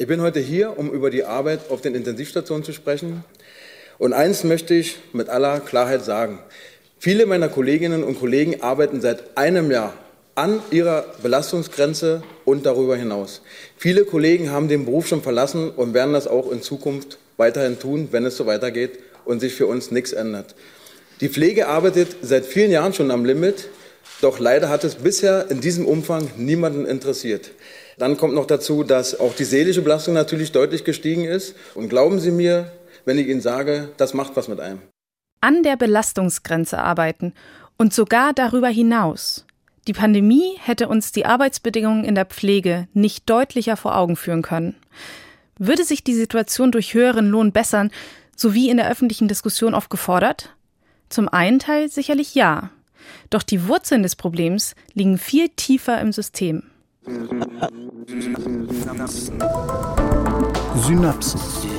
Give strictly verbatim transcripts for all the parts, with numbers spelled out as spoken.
Ich bin heute hier, um über die Arbeit auf den Intensivstationen zu sprechen. Und eins möchte ich mit aller Klarheit sagen. Viele meiner Kolleginnen und Kollegen arbeiten seit einem Jahr an ihrer Belastungsgrenze und darüber hinaus. Viele Kollegen haben den Beruf schon verlassen und werden das auch in Zukunft weiterhin tun, wenn es so weitergeht und sich für uns nichts ändert. Die Pflege arbeitet seit vielen Jahren schon am Limit, doch leider hat es bisher in diesem Umfang niemanden interessiert. Dann kommt noch dazu, dass auch die seelische Belastung natürlich deutlich gestiegen ist. Und glauben Sie mir, wenn ich Ihnen sage, das macht was mit einem. An der Belastungsgrenze arbeiten und sogar darüber hinaus. Die Pandemie hätte uns die Arbeitsbedingungen in der Pflege nicht deutlicher vor Augen führen können. Würde sich die Situation durch höheren Lohn bessern, so wie in der öffentlichen Diskussion oft gefordert? Zum einen Teil sicherlich ja. Doch die Wurzeln des Problems liegen viel tiefer im System. Synapsen.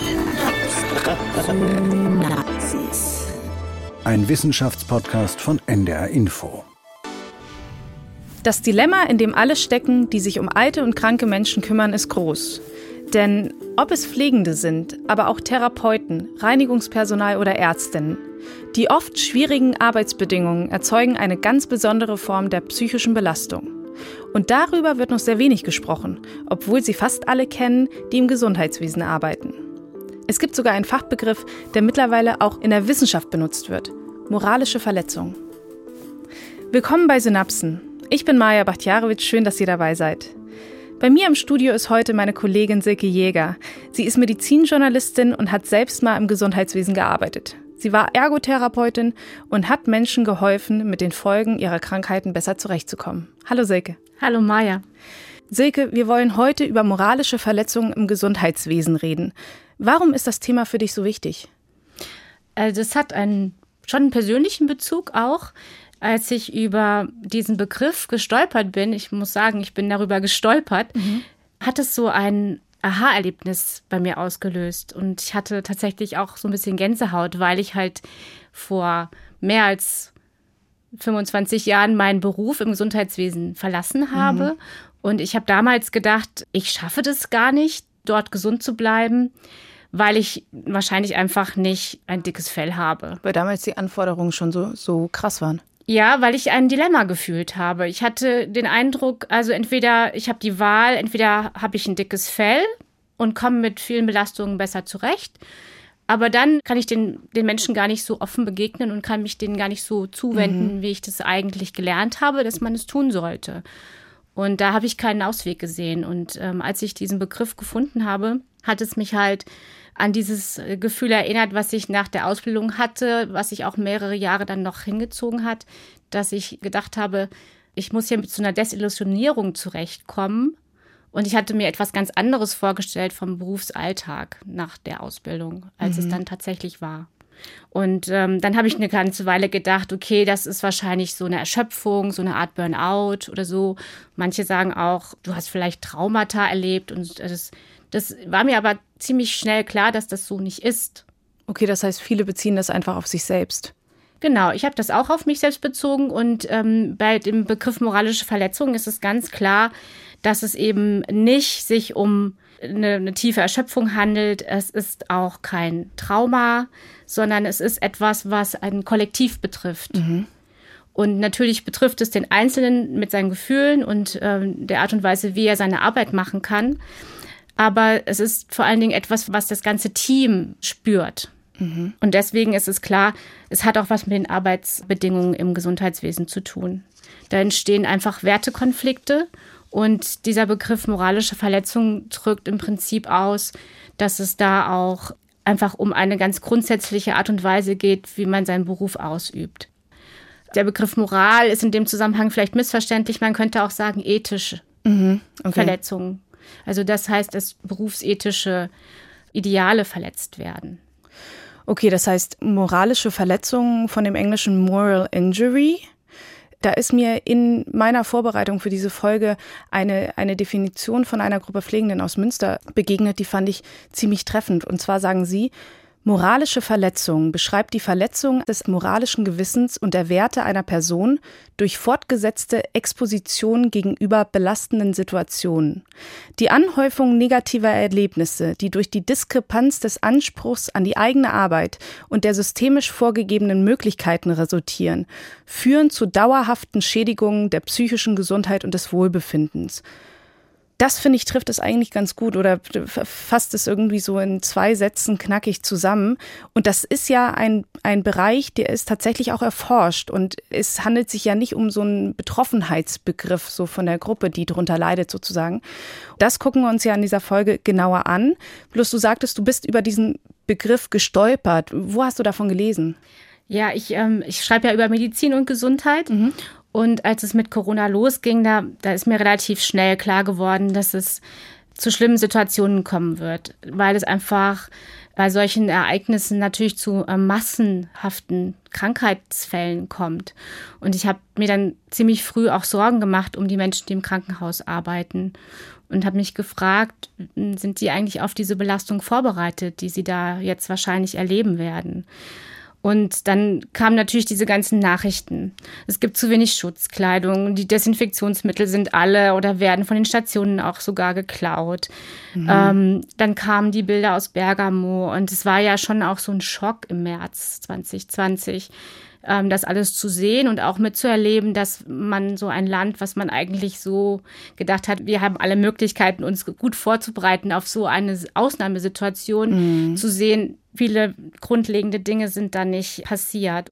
Ein Wissenschaftspodcast von N D R Info. Das Dilemma, in dem alle stecken, die sich um alte und kranke Menschen kümmern, ist groß. Denn ob es Pflegende sind, aber auch Therapeuten, Reinigungspersonal oder Ärztinnen, die oft schwierigen Arbeitsbedingungen erzeugen eine ganz besondere Form der psychischen Belastung. Und darüber wird noch sehr wenig gesprochen, obwohl sie fast alle kennen, die im Gesundheitswesen arbeiten. Es gibt sogar einen Fachbegriff, der mittlerweile auch in der Wissenschaft benutzt wird: moralische Verletzung. Willkommen bei Synapsen. Ich bin Maja Bachtjarowitsch, schön, dass ihr dabei seid. Bei mir im Studio ist heute meine Kollegin Silke Jäger. Sie ist Medizinjournalistin und hat selbst mal im Gesundheitswesen gearbeitet. Sie war Ergotherapeutin und hat Menschen geholfen, mit den Folgen ihrer Krankheiten besser zurechtzukommen. Hallo Silke. Hallo Maja. Silke, wir wollen heute über moralische Verletzungen im Gesundheitswesen reden. Warum ist das Thema für dich so wichtig? Also es hat einen schon einen persönlichen Bezug auch. Als ich über diesen Begriff gestolpert bin, ich muss sagen, ich bin darüber gestolpert, mhm. hat es so ein Aha-Erlebnis bei mir ausgelöst. Und ich hatte tatsächlich auch so ein bisschen Gänsehaut, weil ich halt vor mehr als fünfundzwanzig Jahren meinen Beruf im Gesundheitswesen verlassen habe. Mhm. Und ich habe damals gedacht, ich schaffe das gar nicht, dort gesund zu bleiben, weil ich wahrscheinlich einfach nicht ein dickes Fell habe. Weil damals die Anforderungen schon so, so krass waren. Ja, weil ich ein Dilemma gefühlt habe. Ich hatte den Eindruck, also entweder ich habe die Wahl, entweder habe ich ein dickes Fell und komme mit vielen Belastungen besser zurecht, aber dann kann ich den, den Menschen gar nicht so offen begegnen und kann mich denen gar nicht so zuwenden, mhm. wie ich das eigentlich gelernt habe, dass man es tun sollte. Und da habe ich keinen Ausweg gesehen. Und ähm, als ich diesen Begriff gefunden habe, hat es mich halt an dieses Gefühl erinnert, was ich nach der Ausbildung hatte, was sich auch mehrere Jahre dann noch hingezogen hat, dass ich gedacht habe, ich muss hier mit so einer Desillusionierung zurechtkommen. Und ich hatte mir etwas ganz anderes vorgestellt vom Berufsalltag nach der Ausbildung, als mhm. es dann tatsächlich war. Und ähm, dann habe ich eine ganze Weile gedacht, okay, das ist wahrscheinlich so eine Erschöpfung, so eine Art Burnout oder so. Manche sagen auch, du hast vielleicht Traumata erlebt und das Das war mir aber ziemlich schnell klar, dass das so nicht ist. Okay, das heißt, viele beziehen das einfach auf sich selbst. Genau, ich habe das auch auf mich selbst bezogen. Und ähm, bei dem Begriff moralische Verletzung ist es ganz klar, dass es eben nicht sich um eine, eine tiefe Erschöpfung handelt. Es ist auch kein Trauma, sondern es ist etwas, was ein Kollektiv betrifft. Mhm. Und natürlich betrifft es den Einzelnen mit seinen Gefühlen und ähm, der Art und Weise, wie er seine Arbeit machen kann. Aber es ist vor allen Dingen etwas, was das ganze Team spürt. Mhm. Und deswegen ist es klar, es hat auch was mit den Arbeitsbedingungen im Gesundheitswesen zu tun. Da entstehen einfach Wertekonflikte und dieser Begriff moralische Verletzung drückt im Prinzip aus, dass es da auch einfach um eine ganz grundsätzliche Art und Weise geht, wie man seinen Beruf ausübt. Der Begriff Moral ist in dem Zusammenhang vielleicht missverständlich. Man könnte auch sagen ethische mhm. okay. Verletzungen. Also das heißt, dass berufsethische Ideale verletzt werden. Okay, das heißt moralische Verletzungen von dem englischen Moral Injury. Da ist mir in meiner Vorbereitung für diese Folge eine, eine Definition von einer Gruppe Pflegenden aus Münster begegnet, die fand ich ziemlich treffend. Und zwar sagen sie, Moralische Verletzung beschreibt die Verletzung des moralischen Gewissens und der Werte einer Person durch fortgesetzte Exposition gegenüber belastenden Situationen. Die Anhäufung negativer Erlebnisse, die durch die Diskrepanz des Anspruchs an die eigene Arbeit und der systemisch vorgegebenen Möglichkeiten resultieren, führen zu dauerhaften Schädigungen der psychischen Gesundheit und des Wohlbefindens. Das, finde ich, trifft es eigentlich ganz gut oder fasst es irgendwie so in zwei Sätzen knackig zusammen. Und das ist ja ein, ein Bereich, der ist tatsächlich auch erforscht. Und es handelt sich ja nicht um so einen Betroffenheitsbegriff so von der Gruppe, die darunter leidet sozusagen. Das gucken wir uns ja in dieser Folge genauer an. Bloß du sagtest, du bist über diesen Begriff gestolpert. Wo hast du davon gelesen? Ja, ich, ähm, ich schreibe ja über Medizin und Gesundheit. Mhm. Und als es mit Corona losging, da, da ist mir relativ schnell klar geworden, dass es zu schlimmen Situationen kommen wird, weil es einfach bei solchen Ereignissen natürlich zu äh, massenhaften Krankheitsfällen kommt. Und ich habe mir dann ziemlich früh auch Sorgen gemacht um die Menschen, die im Krankenhaus arbeiten und habe mich gefragt, sind sie eigentlich auf diese Belastung vorbereitet, die sie da jetzt wahrscheinlich erleben werden? Und dann kamen natürlich diese ganzen Nachrichten. Es gibt zu wenig Schutzkleidung, die Desinfektionsmittel sind alle oder werden von den Stationen auch sogar geklaut. Mhm. Ähm, dann kamen die Bilder aus Bergamo und es war ja schon auch so ein Schock im März zwanzig zwanzig, ähm, das alles zu sehen und auch mitzuerleben, dass man so ein Land, was man eigentlich so gedacht hat, wir haben alle Möglichkeiten, uns gut vorzubereiten auf so eine Ausnahmesituation, mhm. zu sehen, viele grundlegende Dinge sind da nicht passiert.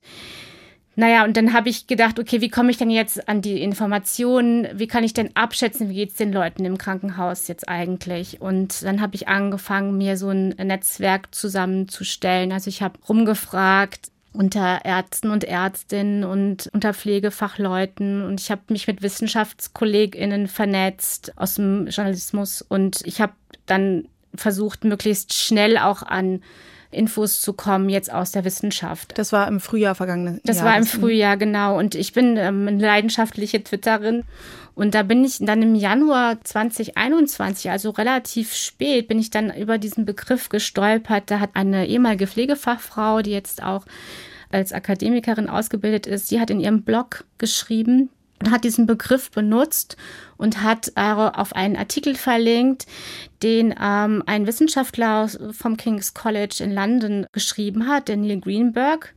Naja, und dann habe ich gedacht, okay, wie komme ich denn jetzt an die Informationen? Wie kann ich denn abschätzen, wie geht es den Leuten im Krankenhaus jetzt eigentlich? Und dann habe ich angefangen, mir so ein Netzwerk zusammenzustellen. Also ich habe rumgefragt unter Ärzten und Ärztinnen und unter Pflegefachleuten. Und ich habe mich mit WissenschaftskollegInnen vernetzt aus dem Journalismus. Und ich habe dann versucht, möglichst schnell auch an Infos zu kommen, jetzt aus der Wissenschaft. Das war im Frühjahr vergangenen Das Jahres. war im Frühjahr, genau. Und ich bin ähm, eine leidenschaftliche Twitterin. Und da bin ich dann im Januar zwanzig einundzwanzig, also relativ spät, bin ich dann über diesen Begriff gestolpert. Da hat eine ehemalige Pflegefachfrau, die jetzt auch als Akademikerin ausgebildet ist, die hat in ihrem Blog geschrieben und hat diesen Begriff benutzt und hat äh, auf einen Artikel verlinkt, den ähm, ein Wissenschaftler vom King's College in London geschrieben hat, der Neil Greenberg.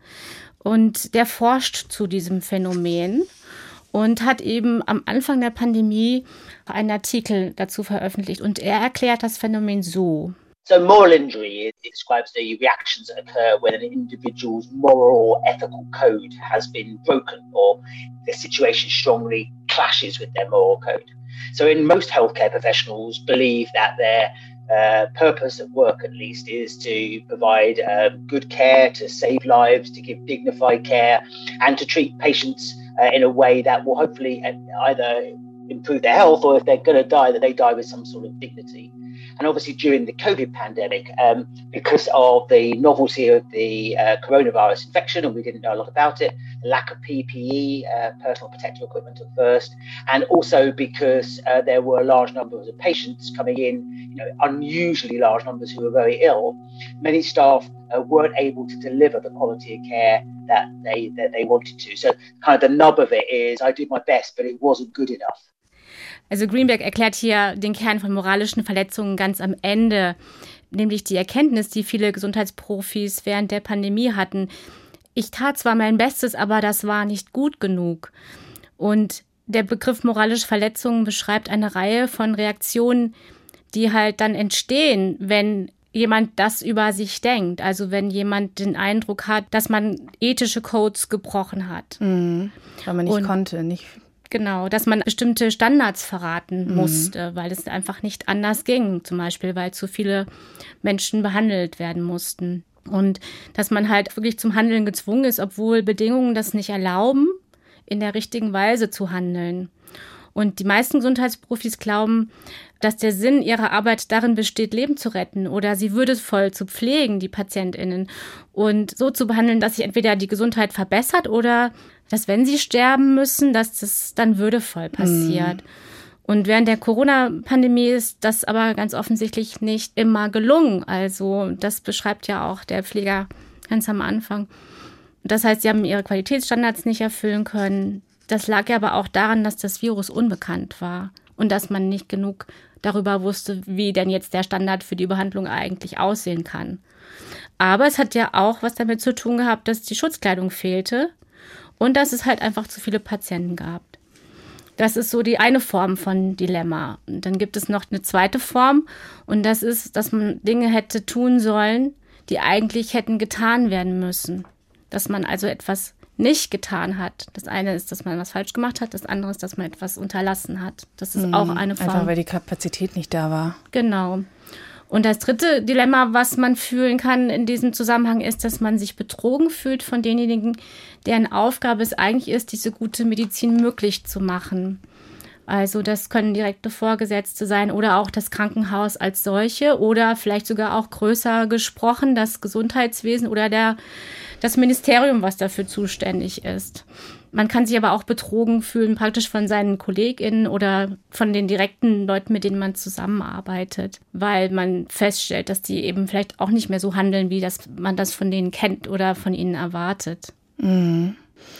Und der forscht zu diesem Phänomen und hat eben am Anfang der Pandemie einen Artikel dazu veröffentlicht. Und er erklärt das Phänomen so. So moral injury, it describes the reactions that occur when an individual's moral or ethical code has been broken or the situation strongly clashes with their moral code. So in most healthcare professionals believe that their uh, purpose at work at least is to provide um, good care, to save lives, to give dignified care and to treat patients uh, in a way that will hopefully either improve their health or if they're going to die, that they die with some sort of dignity. And obviously during the COVID pandemic, um, because of the novelty of the uh, coronavirus infection, and we didn't know a lot about it, the lack of P P E, uh, personal protective equipment at first, and also because uh, there were large numbers of patients coming in, you know, unusually large numbers who were very ill, many staff uh, weren't able to deliver the quality of care that they, that they wanted to. So kind of the nub of it is I did my best, but it wasn't good enough. Also Greenberg erklärt hier den Kern von moralischen Verletzungen ganz am Ende, nämlich die Erkenntnis, die viele Gesundheitsprofis während der Pandemie hatten. Ich tat zwar mein Bestes, aber das war nicht gut genug. Und der Begriff moralische Verletzungen beschreibt eine Reihe von Reaktionen, die halt dann entstehen, wenn jemand das über sich denkt. Also wenn jemand den Eindruck hat, dass man ethische Codes gebrochen hat. Mhm, weil man nicht Und konnte, nicht... Genau, dass man bestimmte Standards verraten mhm. musste, weil es einfach nicht anders ging, zum Beispiel, weil zu viele Menschen behandelt werden mussten. Und dass man halt wirklich zum Handeln gezwungen ist, obwohl Bedingungen das nicht erlauben, in der richtigen Weise zu handeln. Und die meisten Gesundheitsprofis glauben, dass der Sinn ihrer Arbeit darin besteht, Leben zu retten oder sie würdevoll zu pflegen, die PatientInnen, und so zu behandeln, dass sich entweder die Gesundheit verbessert oder dass, wenn sie sterben müssen, dass das dann würdevoll passiert. Mhm. Und während der Corona-Pandemie ist das aber ganz offensichtlich nicht immer gelungen. Also das beschreibt ja auch der Pfleger ganz am Anfang. Das heißt, sie haben ihre Qualitätsstandards nicht erfüllen können. Das lag ja aber auch daran, dass das Virus unbekannt war und dass man nicht genug darüber wusste, wie denn jetzt der Standard für die Behandlung eigentlich aussehen kann. Aber es hat ja auch was damit zu tun gehabt, dass die Schutzkleidung fehlte und dass es halt einfach zu viele Patienten gab. Das ist so die eine Form von Dilemma. Und dann gibt es noch eine zweite Form und das ist, dass man Dinge hätte tun sollen, die eigentlich hätten getan werden müssen. Dass man also etwas nicht getan hat. Das eine ist, dass man was falsch gemacht hat, das andere ist, dass man etwas unterlassen hat. Das ist mhm, auch eine Form. Einfach weil die Kapazität nicht da war. Genau. Und das dritte Dilemma, was man fühlen kann in diesem Zusammenhang, ist, dass man sich betrogen fühlt von denjenigen, deren Aufgabe es eigentlich ist, diese gute Medizin möglich zu machen. Also das können direkte Vorgesetzte sein oder auch das Krankenhaus als solche oder vielleicht sogar auch größer gesprochen das Gesundheitswesen oder der, das Ministerium, was dafür zuständig ist. Man kann sich aber auch betrogen fühlen, praktisch von seinen KollegInnen oder von den direkten Leuten, mit denen man zusammenarbeitet, weil man feststellt, dass die eben vielleicht auch nicht mehr so handeln, wie das, man das von denen kennt oder von ihnen erwartet. Mhm.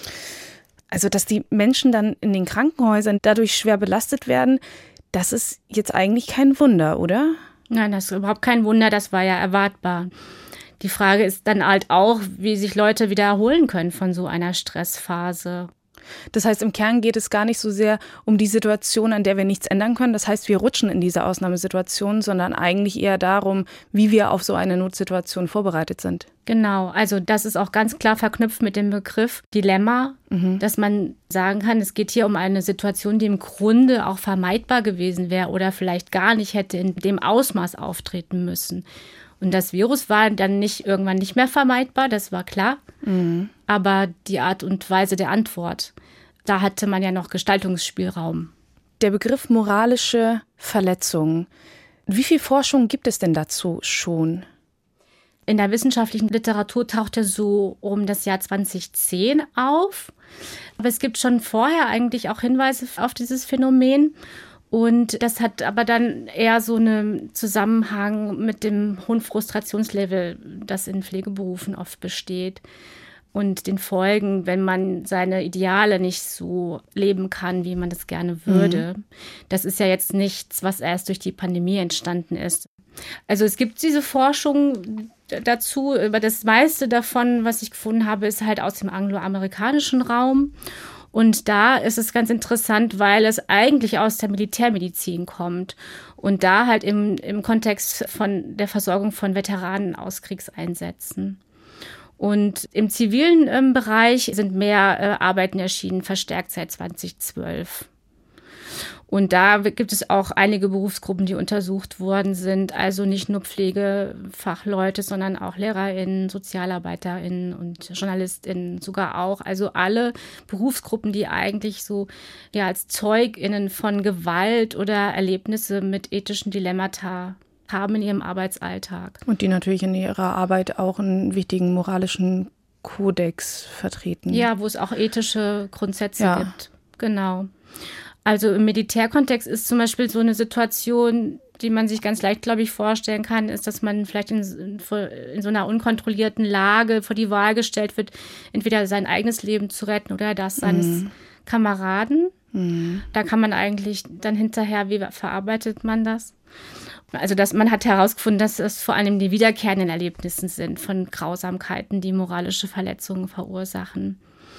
Also, dass die Menschen dann in den Krankenhäusern dadurch schwer belastet werden, das ist jetzt eigentlich kein Wunder, oder? Nein, das ist überhaupt kein Wunder, das war ja erwartbar. Die Frage ist dann halt auch, wie sich Leute wieder erholen können von so einer Stressphase. Das heißt, im Kern geht es gar nicht so sehr um die Situation, an der wir nichts ändern können. Das heißt, wir rutschen in diese Ausnahmesituation, sondern eigentlich eher darum, wie wir auf so eine Notsituation vorbereitet sind. Genau, also das ist auch ganz klar verknüpft mit dem Begriff Dilemma, mhm. dass man sagen kann, es geht hier um eine Situation, die im Grunde auch vermeidbar gewesen wäre oder vielleicht gar nicht hätte in dem Ausmaß auftreten müssen. Und das Virus war dann nicht irgendwann nicht mehr vermeidbar, das war klar. Mhm. Aber die Art und Weise der Antwort, da hatte man ja noch Gestaltungsspielraum. Der Begriff moralische Verletzung, wie viel Forschung gibt es denn dazu schon? In der wissenschaftlichen Literatur taucht er so um das Jahr zwanzig zehn auf. Aber es gibt schon vorher eigentlich auch Hinweise auf dieses Phänomen. Und das hat aber dann eher so einen Zusammenhang mit dem hohen Frustrationslevel, das in Pflegeberufen oft besteht. Und den Folgen, wenn man seine Ideale nicht so leben kann, wie man das gerne würde. Mhm. Das ist ja jetzt nichts, was erst durch die Pandemie entstanden ist. Also es gibt diese Forschung dazu, aber das meiste davon, was ich gefunden habe, ist halt aus dem angloamerikanischen Raum. Und da ist es ganz interessant, weil es eigentlich aus der Militärmedizin kommt und da halt im, im Kontext von der Versorgung von Veteranen aus Kriegseinsätzen. Und im zivilen ähm, Bereich sind mehr äh, Arbeiten erschienen, verstärkt seit zwanzig zwölf. Und da gibt es auch einige Berufsgruppen, die untersucht worden sind. Also nicht nur Pflegefachleute, sondern auch LehrerInnen, SozialarbeiterInnen und JournalistInnen sogar auch. Also alle Berufsgruppen, die eigentlich so ja als ZeugInnen von Gewalt oder Erlebnisse mit ethischen Dilemmata haben in ihrem Arbeitsalltag. Und die natürlich in ihrer Arbeit auch einen wichtigen moralischen Kodex vertreten. Ja, wo es auch ethische Grundsätze ja. gibt. Genau. Also im Militärkontext ist zum Beispiel so eine Situation, die man sich ganz leicht, glaube ich, vorstellen kann, ist, dass man vielleicht in, in, in so einer unkontrollierten Lage vor die Wahl gestellt wird, entweder sein eigenes Leben zu retten oder das seines mhm. Kameraden. Mhm. Da kann man eigentlich dann hinterher, wie verarbeitet man das? Also dass man hat herausgefunden, dass es vor allem die wiederkehrenden Erlebnisse sind von Grausamkeiten, die moralische Verletzungen verursachen.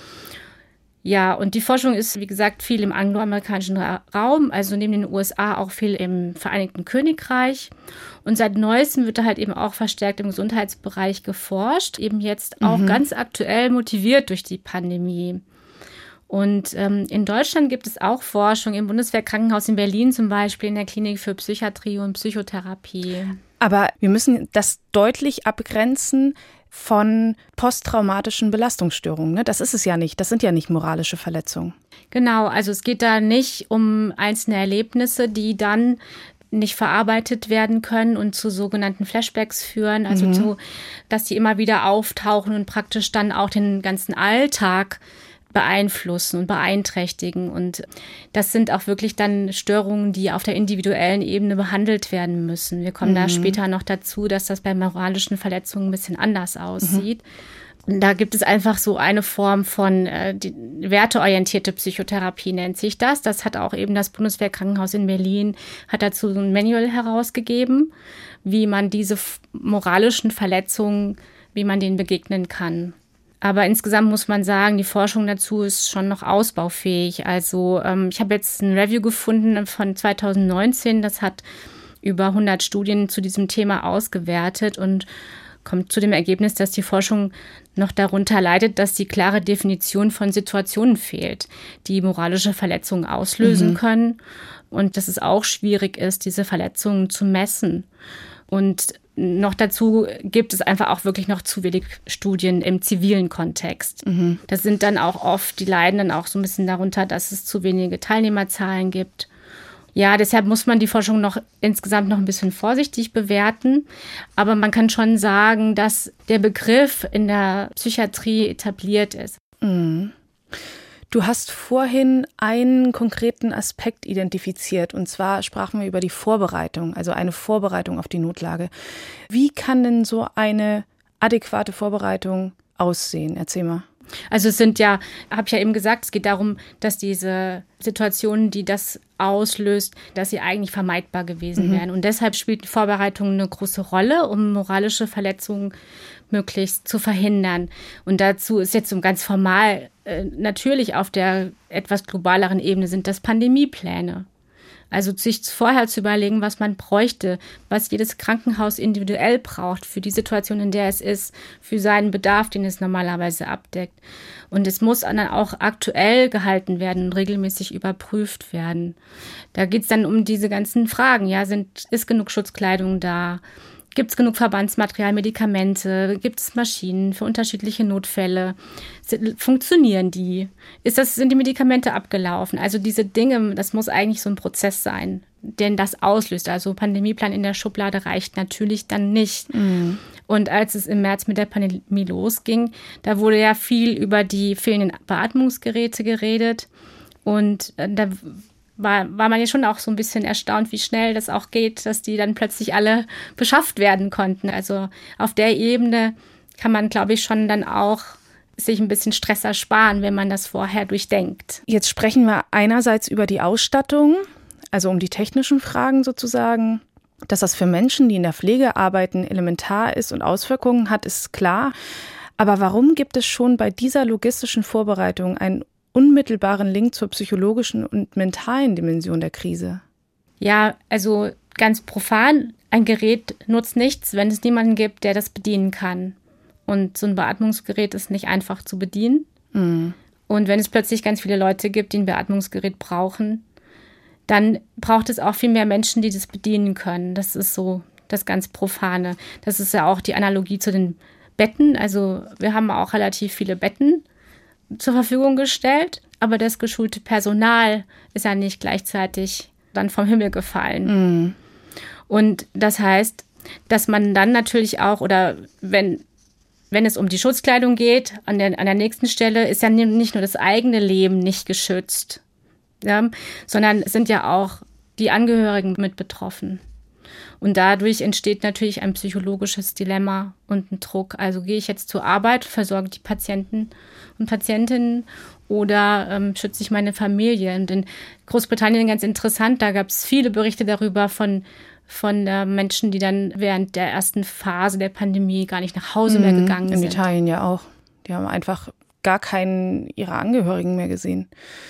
Ja, und die Forschung ist, wie gesagt, viel im angloamerikanischen Raum, also neben den U S A auch viel im Vereinigten Königreich. Und seit Neuestem wird da halt eben auch verstärkt im Gesundheitsbereich geforscht, eben jetzt auch mhm. ganz aktuell motiviert durch die Pandemie. Und ähm, in Deutschland gibt es auch Forschung im Bundeswehrkrankenhaus in Berlin zum Beispiel, in der Klinik für Psychiatrie und Psychotherapie. Aber wir müssen das deutlich abgrenzen von posttraumatischen Belastungsstörungen. Ne? Das ist es ja nicht. Das sind ja nicht moralische Verletzungen. Genau, also es geht da nicht um einzelne Erlebnisse, die dann nicht verarbeitet werden können und zu sogenannten Flashbacks führen. Also mhm. zu, dass die immer wieder auftauchen und praktisch dann auch den ganzen Alltag beeinflussen und beeinträchtigen. Und das sind auch wirklich dann Störungen, die auf der individuellen Ebene behandelt werden müssen. Wir kommen mhm. da später noch dazu, dass das bei moralischen Verletzungen ein bisschen anders aussieht. Mhm. Und da gibt es einfach so eine Form von äh, die werteorientierte Psychotherapie, nennt sich das. Das hat auch eben das Bundeswehrkrankenhaus in Berlin, hat dazu so ein Manual herausgegeben, wie man diese f- moralischen Verletzungen, wie man denen begegnen kann. Aber insgesamt muss man sagen, die Forschung dazu ist schon noch ausbaufähig. Also ähm, ich habe jetzt ein Review gefunden von zwanzig neunzehn, das hat über hundert Studien zu diesem Thema ausgewertet und kommt zu dem Ergebnis, dass die Forschung noch darunter leidet, dass die klare Definition von Situationen fehlt, die moralische Verletzungen auslösen mhm. können und dass es auch schwierig ist, diese Verletzungen zu messen. Und noch dazu gibt es einfach auch wirklich noch zu wenig Studien im zivilen Kontext. Mhm. Das sind dann auch oft, die leiden dann auch so ein bisschen darunter, dass es zu wenige Teilnehmerzahlen gibt. Ja, deshalb muss man die Forschung noch insgesamt noch ein bisschen vorsichtig bewerten. Aber man kann schon sagen, dass der Begriff in der Psychiatrie etabliert ist. Mhm. Du hast vorhin einen konkreten Aspekt identifiziert, und zwar sprachen wir über die Vorbereitung, also eine Vorbereitung auf die Notlage. Wie kann denn so eine adäquate Vorbereitung aussehen? Erzähl mal. Also es sind ja, habe ich ja eben gesagt, es geht darum, dass diese Situationen, die das auslöst, dass sie eigentlich vermeidbar gewesen mhm. wären. Und deshalb spielt die Vorbereitung eine große Rolle, um moralische Verletzungen möglichst zu verhindern. Und dazu ist jetzt so ganz formal, äh, natürlich auf der etwas globaleren Ebene sind das Pandemiepläne. Also sich vorher zu überlegen, was man bräuchte, was jedes Krankenhaus individuell braucht für die Situation, in der es ist, für seinen Bedarf, den es normalerweise abdeckt. Und es muss dann auch aktuell gehalten werden und regelmäßig überprüft werden. Da geht es dann um diese ganzen Fragen. Ja, sind, ist genug Schutzkleidung da? Gibt es genug Verbandsmaterial, Medikamente? Gibt es Maschinen für unterschiedliche Notfälle? Funktionieren die? Ist das, sind die Medikamente abgelaufen? Also diese Dinge, das muss eigentlich so ein Prozess sein, den das auslöst. Also Pandemieplan in der Schublade reicht natürlich dann nicht. Mhm. Und als es im März mit der Pandemie losging, da wurde ja viel über die fehlenden Beatmungsgeräte geredet. Und da War, war man ja schon auch so ein bisschen erstaunt, wie schnell das auch geht, dass die dann plötzlich alle beschafft werden konnten. Also auf der Ebene kann man, glaube ich, schon dann auch sich ein bisschen Stress ersparen, wenn man das vorher durchdenkt. Jetzt sprechen wir einerseits über die Ausstattung, also um die technischen Fragen sozusagen. Dass das für Menschen, die in der Pflege arbeiten, elementar ist und Auswirkungen hat, ist klar. Aber warum gibt es schon bei dieser logistischen Vorbereitung einen unmittelbaren Link zur psychologischen und mentalen Dimension der Krise? Ja, also ganz profan, ein Gerät nutzt nichts, wenn es niemanden gibt, der das bedienen kann. Und so ein Beatmungsgerät ist nicht einfach zu bedienen. Mhm. Und wenn es plötzlich ganz viele Leute gibt, die ein Beatmungsgerät brauchen, dann braucht es auch viel mehr Menschen, die das bedienen können. Das ist so das ganz Profane. Das ist ja auch die Analogie zu den Betten. Also wir haben auch relativ viele Betten zur Verfügung gestellt, aber das geschulte Personal ist ja nicht gleichzeitig dann vom Himmel gefallen. Mm. Und das heißt, dass man dann natürlich auch, oder wenn, wenn es um die Schutzkleidung geht, an der, an der nächsten Stelle ist ja nicht nur das eigene Leben nicht geschützt, ja, sondern es sind ja auch die Angehörigen mit betroffen. Und dadurch entsteht natürlich ein psychologisches Dilemma und ein Druck. Also gehe ich jetzt zur Arbeit, versorge die Patienten und Patientinnen oder ähm, schütze ich meine Familie? Und in Großbritannien ganz interessant, da gab es viele Berichte darüber von, von äh, Menschen, die dann während der ersten Phase der Pandemie gar nicht nach Hause mhm, mehr gegangen in sind. In Italien ja auch. Die haben einfach gar keinen ihrer Angehörigen mehr gesehen.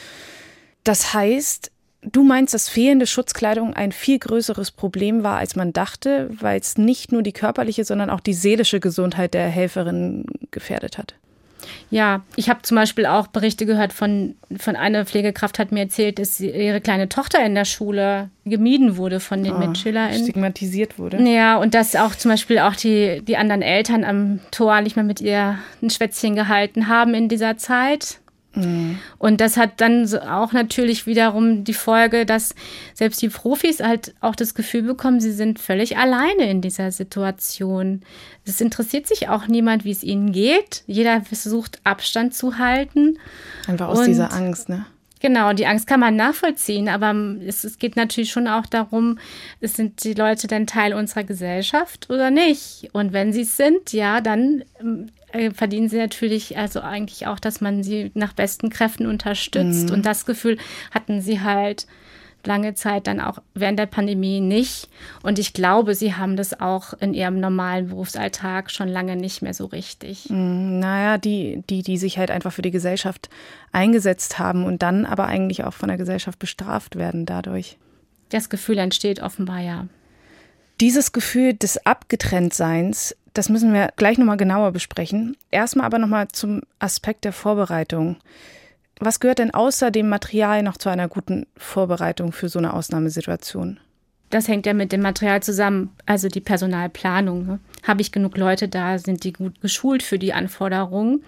Das heißt, du meinst, dass fehlende Schutzkleidung ein viel größeres Problem war, als man dachte, weil es nicht nur die körperliche, sondern auch die seelische Gesundheit der Helferinnen gefährdet hat? Ja, ich habe zum Beispiel auch Berichte gehört von, von einer Pflegekraft, hat mir erzählt, dass ihre kleine Tochter in der Schule gemieden wurde von den oh, MitschülerInnen. Stigmatisiert wurde. Ja, und dass auch zum Beispiel auch die, die anderen Eltern am Tor nicht mehr mit ihr ein Schwätzchen gehalten haben in dieser Zeit. Mhm. Und das hat dann auch natürlich wiederum die Folge, dass selbst die Profis halt auch das Gefühl bekommen, sie sind völlig alleine in dieser Situation. Es interessiert sich auch niemand, wie es ihnen geht. Jeder versucht, Abstand zu halten. Einfach aus Und dieser Angst, ne? Genau, die Angst kann man nachvollziehen, aber es, es geht natürlich schon auch darum, sind die Leute denn Teil unserer Gesellschaft oder nicht? Und wenn sie es sind, ja, dann äh, verdienen sie natürlich also eigentlich auch, dass man sie nach besten Kräften unterstützt. Mhm. Und das Gefühl hatten sie halt lange Zeit dann auch während der Pandemie nicht. Und ich glaube, sie haben das auch in ihrem normalen Berufsalltag schon lange nicht mehr so richtig. Mm, naja, die, die, die sich halt einfach für die Gesellschaft eingesetzt haben und dann aber eigentlich auch von der Gesellschaft bestraft werden dadurch. Das Gefühl entsteht offenbar, ja. Dieses Gefühl des Abgetrenntseins, das müssen wir gleich nochmal genauer besprechen. Erstmal aber nochmal zum Aspekt der Vorbereitung. Was gehört denn außer dem Material noch zu einer guten Vorbereitung für so eine Ausnahmesituation? Das hängt ja mit dem Material zusammen, also die Personalplanung. Ne? Habe ich genug Leute da, sind die gut geschult für die Anforderungen?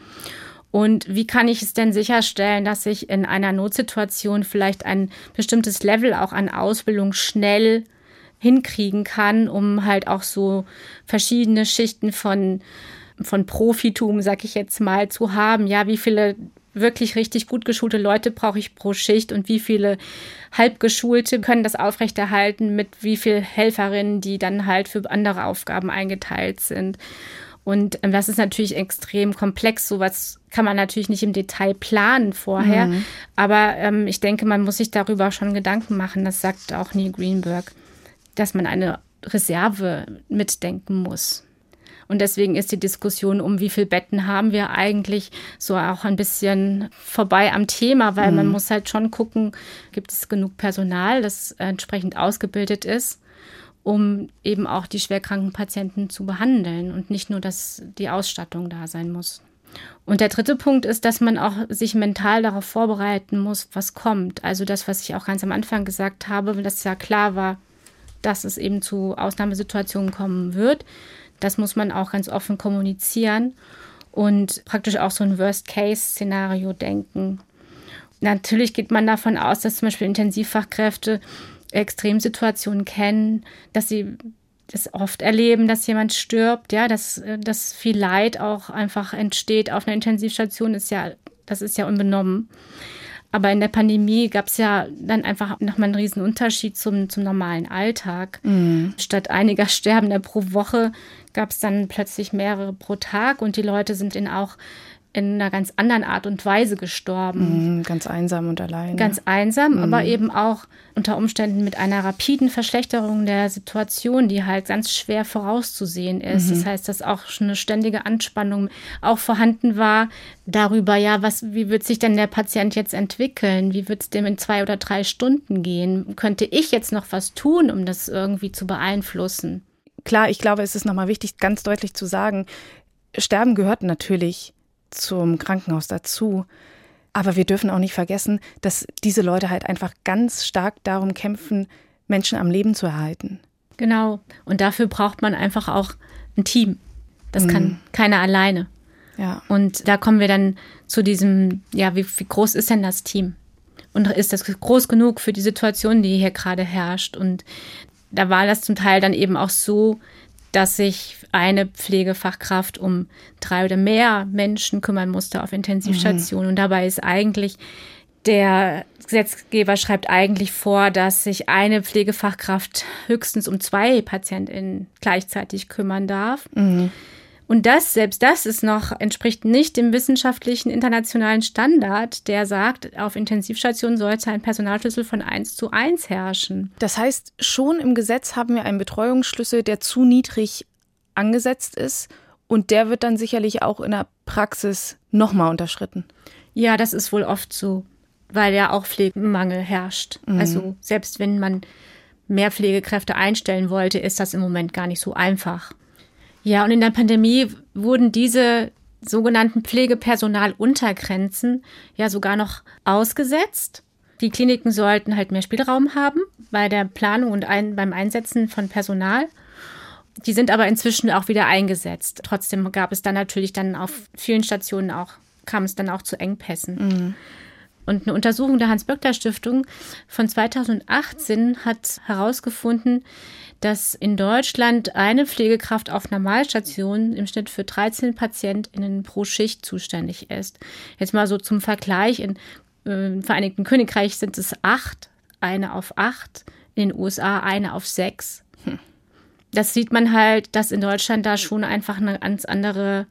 Und wie kann ich es denn sicherstellen, dass ich in einer Notsituation vielleicht ein bestimmtes Level auch an Ausbildung schnell hinkriegen kann, um halt auch so verschiedene Schichten von, von Profitum, sag ich jetzt mal, zu haben? Ja, wie viele wirklich richtig gut geschulte Leute brauche ich pro Schicht und wie viele Halbgeschulte können das aufrechterhalten mit wie viel Helferinnen, die dann halt für andere Aufgaben eingeteilt sind. Und das ist natürlich extrem komplex. Sowas kann man natürlich nicht im Detail planen vorher. Mhm. Aber ähm, ich denke, man muss sich darüber schon Gedanken machen. Das sagt auch Neil Greenberg, dass man eine Reserve mitdenken muss. Und deswegen ist die Diskussion um, wie viele Betten haben wir eigentlich, so auch ein bisschen vorbei am Thema, weil mhm. man muss halt schon gucken, gibt es genug Personal, das entsprechend ausgebildet ist, um eben auch die schwerkranken Patienten zu behandeln und nicht nur, dass die Ausstattung da sein muss. Und der dritte Punkt ist, dass man auch sich mental darauf vorbereiten muss, was kommt. Also das, was ich auch ganz am Anfang gesagt habe, dass ja klar war, dass es eben zu Ausnahmesituationen kommen wird. Das muss man auch ganz offen kommunizieren und praktisch auch so ein Worst-Case-Szenario denken. Natürlich geht man davon aus, dass zum Beispiel Intensivfachkräfte Extremsituationen kennen, dass sie das oft erleben, dass jemand stirbt, ja, dass, dass viel Leid auch einfach entsteht auf einer Intensivstation, ist ja, das ist ja unbenommen. Aber in der Pandemie gab es ja dann einfach nochmal einen riesen Unterschied zum, zum normalen Alltag. Mhm. Statt einiger Sterbender pro Woche gab es dann plötzlich mehrere pro Tag und die Leute sind in auch in einer ganz anderen Art und Weise gestorben. Mhm, ganz einsam und allein. Ganz einsam, mhm. aber eben auch unter Umständen mit einer rapiden Verschlechterung der Situation, die halt ganz schwer vorauszusehen ist. Mhm. Das heißt, dass auch schon eine ständige Anspannung auch vorhanden war darüber, ja, was, wie wird sich denn der Patient jetzt entwickeln? Wie wird es dem in zwei oder drei Stunden gehen? Könnte ich jetzt noch was tun, um das irgendwie zu beeinflussen? Klar, ich glaube, es ist nochmal wichtig, ganz deutlich zu sagen, Sterben gehört natürlich zum Krankenhaus dazu. Aber wir dürfen auch nicht vergessen, dass diese Leute halt einfach ganz stark darum kämpfen, Menschen am Leben zu erhalten. Genau. Und dafür braucht man einfach auch ein Team. Das mhm. kann keiner alleine. Ja. Und da kommen wir dann zu diesem, ja, wie, wie groß ist denn das Team? Und ist das groß genug für die Situation, die hier gerade herrscht? Und da war das zum Teil dann eben auch so, dass sich eine Pflegefachkraft um drei oder mehr Menschen kümmern musste auf Intensivstationen. Mhm. Und dabei ist eigentlich, der Gesetzgeber schreibt eigentlich vor, dass sich eine Pflegefachkraft höchstens um zwei PatientInnen gleichzeitig kümmern darf. Mhm. Und das, selbst das ist noch, entspricht nicht dem wissenschaftlichen internationalen Standard, der sagt, auf Intensivstationen sollte ein Personalschlüssel von eins zu eins herrschen. Das heißt, schon im Gesetz haben wir einen Betreuungsschlüssel, der zu niedrig angesetzt ist und der wird dann sicherlich auch in der Praxis nochmal unterschritten. Ja, das ist wohl oft so, weil ja auch Pflegemangel herrscht. Mhm. Also selbst wenn man mehr Pflegekräfte einstellen wollte, ist das im Moment gar nicht so einfach. Ja, und in der Pandemie wurden diese sogenannten Pflegepersonaluntergrenzen ja sogar noch ausgesetzt. Die Kliniken sollten halt mehr Spielraum haben bei der Planung und ein, beim Einsetzen von Personal. Die sind aber inzwischen auch wieder eingesetzt. Trotzdem gab es dann natürlich dann auf vielen Stationen auch kam es dann auch zu Engpässen. Mhm. Und eine Untersuchung der Hans-Böckler-Stiftung von zweitausendachtzehn hat herausgefunden, dass in Deutschland eine Pflegekraft auf Normalstationen im Schnitt für dreizehn PatientInnen pro Schicht zuständig ist. Jetzt mal so zum Vergleich, in, äh, im Vereinigten Königreich sind es acht, eine auf acht, in den U S A eine auf sechs. Hm. Das sieht man halt, dass in Deutschland da schon einfach eine ganz andere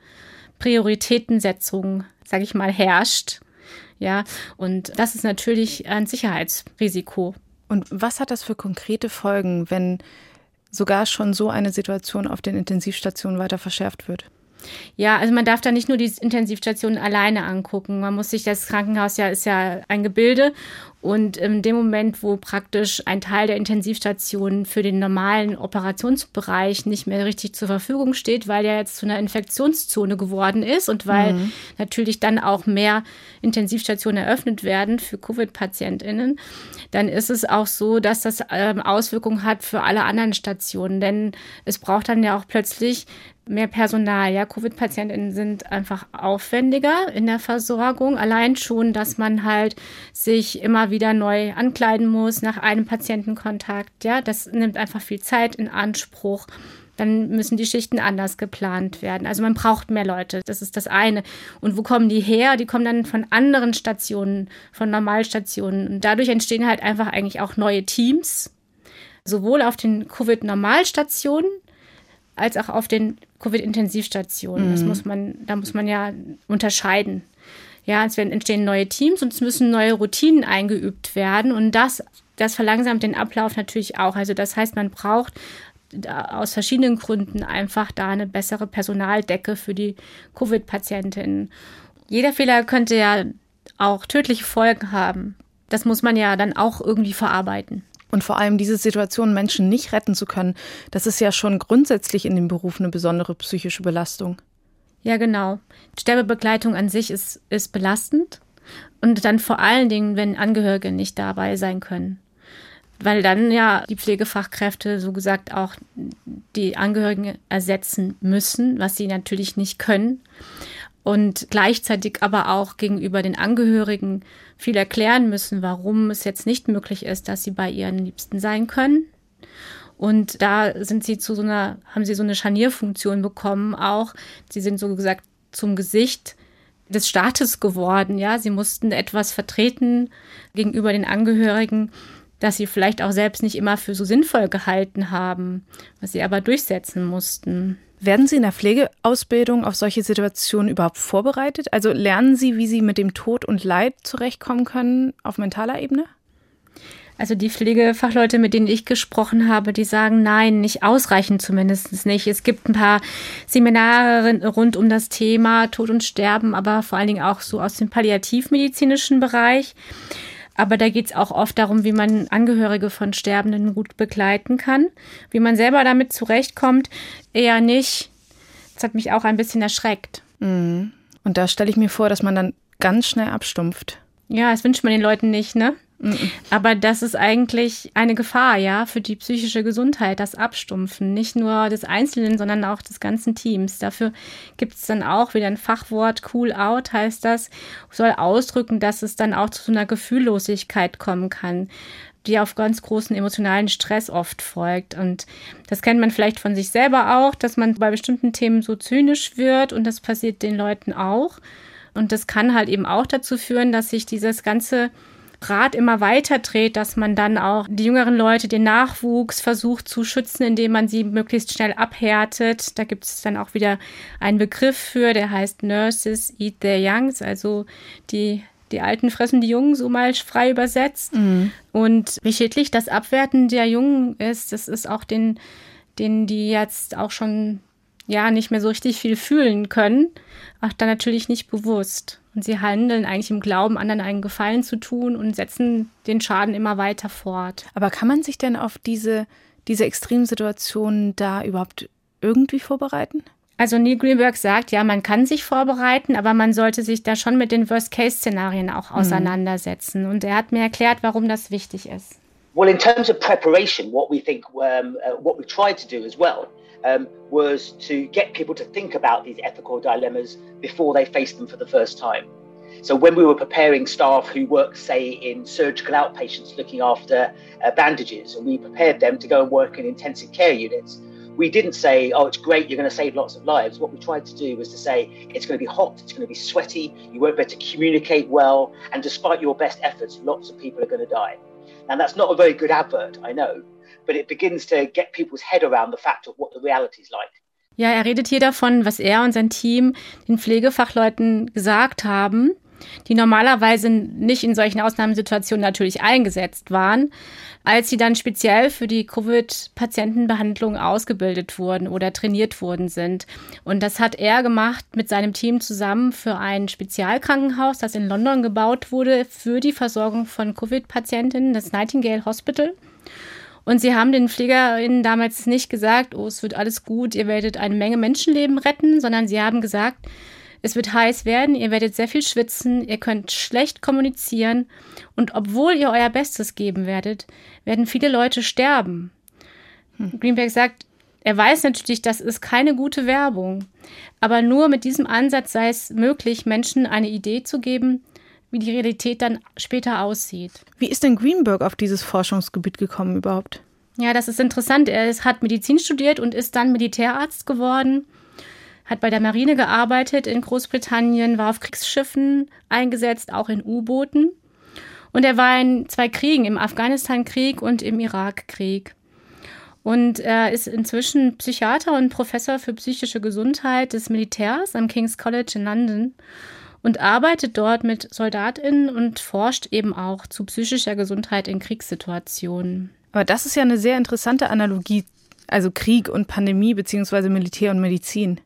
Prioritätensetzung, sage ich mal, herrscht. Ja, und das ist natürlich ein Sicherheitsrisiko. Und was hat das für konkrete Folgen, wenn sogar schon so eine Situation auf den Intensivstationen weiter verschärft wird? Ja, also man darf da nicht nur die Intensivstationen alleine angucken. Man muss sich, das Krankenhaus ja ist ja ein Gebilde und in dem Moment, wo praktisch ein Teil der Intensivstationen für den normalen Operationsbereich nicht mehr richtig zur Verfügung steht, weil der jetzt zu einer Infektionszone geworden ist und weil mhm. natürlich dann auch mehr Intensivstationen eröffnet werden für Covid-PatientInnen, dann ist es auch so, dass das ähm, Auswirkungen hat für alle anderen Stationen, denn es braucht dann ja auch plötzlich mehr Personal. Ja, Covid-PatientInnen sind einfach aufwendiger in der Versorgung. Allein schon, dass man halt sich immer wieder neu ankleiden muss nach einem Patientenkontakt. Ja, das nimmt einfach viel Zeit in Anspruch. Dann müssen die Schichten anders geplant werden. Also man braucht mehr Leute. Das ist das eine. Und wo kommen die her? Die kommen dann von anderen Stationen, von Normalstationen. Und dadurch entstehen halt einfach eigentlich auch neue Teams. Sowohl auf den Covid-Normalstationen als auch auf den Covid-Intensivstationen. Mhm. Das muss man, da muss man ja unterscheiden. Ja, es werden entstehen neue Teams und es müssen neue Routinen eingeübt werden. Und das, das verlangsamt den Ablauf natürlich auch. Also das heißt, man braucht aus verschiedenen Gründen einfach da eine bessere Personaldecke für die Covid-Patientinnen. Jeder Fehler könnte ja auch tödliche Folgen haben. Das muss man ja dann auch irgendwie verarbeiten. Und vor allem diese Situation, Menschen nicht retten zu können, das ist ja schon grundsätzlich in dem Beruf eine besondere psychische Belastung. Ja, genau. Sterbebegleitung an sich ist, ist belastend. Und dann vor allen Dingen, wenn Angehörige nicht dabei sein können. Weil dann ja die Pflegefachkräfte, so gesagt, auch die Angehörigen ersetzen müssen, was sie natürlich nicht können. Und gleichzeitig aber auch gegenüber den Angehörigen viel erklären müssen, warum es jetzt nicht möglich ist, dass sie bei ihren Liebsten sein können. Und da sind sie zu so einer, haben sie so eine Scharnierfunktion bekommen auch. Sie sind so gesagt zum Gesicht des Staates geworden. Ja, sie mussten etwas vertreten gegenüber den Angehörigen, das sie vielleicht auch selbst nicht immer für so sinnvoll gehalten haben, was sie aber durchsetzen mussten. Werden Sie in der Pflegeausbildung auf solche Situationen überhaupt vorbereitet? Also lernen Sie, wie Sie mit dem Tod und Leid zurechtkommen können auf mentaler Ebene? Also die Pflegefachleute, mit denen ich gesprochen habe, die sagen, nein, nicht ausreichend zumindest nicht. Es gibt ein paar Seminare rund um das Thema Tod und Sterben, aber vor allen Dingen auch so aus dem palliativmedizinischen Bereich. Aber da geht es auch oft darum, wie man Angehörige von Sterbenden gut begleiten kann. Wie man selber damit zurechtkommt, eher nicht. Das hat mich auch ein bisschen erschreckt. Mhm. Und da stelle ich mir vor, dass man dann ganz schnell abstumpft. Ja, das wünscht man den Leuten nicht, ne? Mhm. Aber das ist eigentlich eine Gefahr, ja, für die psychische Gesundheit, das Abstumpfen. Nicht nur des Einzelnen, sondern auch des ganzen Teams. Dafür gibt es dann auch wieder ein Fachwort, Cool Out heißt das, soll ausdrücken, dass es dann auch zu so einer Gefühllosigkeit kommen kann, die auf ganz großen emotionalen Stress oft folgt. Und das kennt man vielleicht von sich selber auch, dass man bei bestimmten Themen so zynisch wird und das passiert den Leuten auch. Und das kann halt eben auch dazu führen, dass sich dieses ganze Rad immer weiter dreht, dass man dann auch die jüngeren Leute, den Nachwuchs versucht zu schützen, indem man sie möglichst schnell abhärtet. Da gibt es dann auch wieder einen Begriff für, der heißt Nurses Eat Their Youngs, also die, die Alten fressen die Jungen, so mal frei übersetzt. Mhm. Und wie schädlich das Abwerten der Jungen ist, das ist auch den, denen, die jetzt auch schon ja nicht mehr so richtig viel fühlen können, auch dann natürlich nicht bewusst. Und sie handeln eigentlich im Glauben, anderen einen Gefallen zu tun und setzen den Schaden immer weiter fort. Aber kann man sich denn auf diese, diese Extremsituationen da überhaupt irgendwie vorbereiten? Also Neil Greenberg sagt, ja, man kann sich vorbereiten, aber man sollte sich da schon mit den Worst-Case-Szenarien auch auseinandersetzen. Mhm. Und er hat mir erklärt, warum das wichtig ist. Well, in terms of preparation, what we think, um, uh, what we try to do as well, um, was to get people to think about these ethical dilemmas before they face them for the first time. So when we were preparing staff who work, say, in surgical outpatients looking after uh, bandages, and we prepared them to go and work in intensive care units, we didn't say, oh, it's great, you're going to save lots of lives. What we tried to do was to say, it's going to be hot, it's going to be sweaty, you won't be able to communicate well, and despite your best efforts, lots of people are going to die. And that's not a very good advert, I know, but it begins to get people's head around the fact of what the reality is like. Ja, er redet hier davon, was er und sein Team den Pflegefachleuten gesagt haben, die normalerweise nicht in solchen Ausnahmesituationen natürlich eingesetzt waren, als sie dann speziell für die Covid-Patientenbehandlung ausgebildet wurden oder trainiert worden sind. Und das hat er gemacht mit seinem Team zusammen für ein Spezialkrankenhaus, das in London gebaut wurde für die Versorgung von Covid-Patientinnen, das Nightingale Hospital. Und sie haben den PflegerInnen damals nicht gesagt, oh, es wird alles gut, ihr werdet eine Menge Menschenleben retten, sondern sie haben gesagt, es wird heiß werden, ihr werdet sehr viel schwitzen, ihr könnt schlecht kommunizieren und obwohl ihr euer Bestes geben werdet, werden viele Leute sterben. Hm. Greenberg sagt, er weiß natürlich, das ist keine gute Werbung, aber nur mit diesem Ansatz sei es möglich, Menschen eine Idee zu geben, wie die Realität dann später aussieht. Wie ist denn Greenberg auf dieses Forschungsgebiet gekommen überhaupt? Ja, das ist interessant. Er hat Medizin studiert und ist dann Militärarzt geworden. Hat bei der Marine gearbeitet in Großbritannien, war auf Kriegsschiffen eingesetzt, auch in U-Booten. Und er war in zwei Kriegen, im Afghanistan-Krieg und im Irak-Krieg. Und er ist inzwischen Psychiater und Professor für psychische Gesundheit des Militärs am King's College in London und arbeitet dort mit SoldatInnen und forscht eben auch zu psychischer Gesundheit in Kriegssituationen. Aber das ist ja eine sehr interessante Analogie, also Krieg und Pandemie beziehungsweise Militär und Medizin.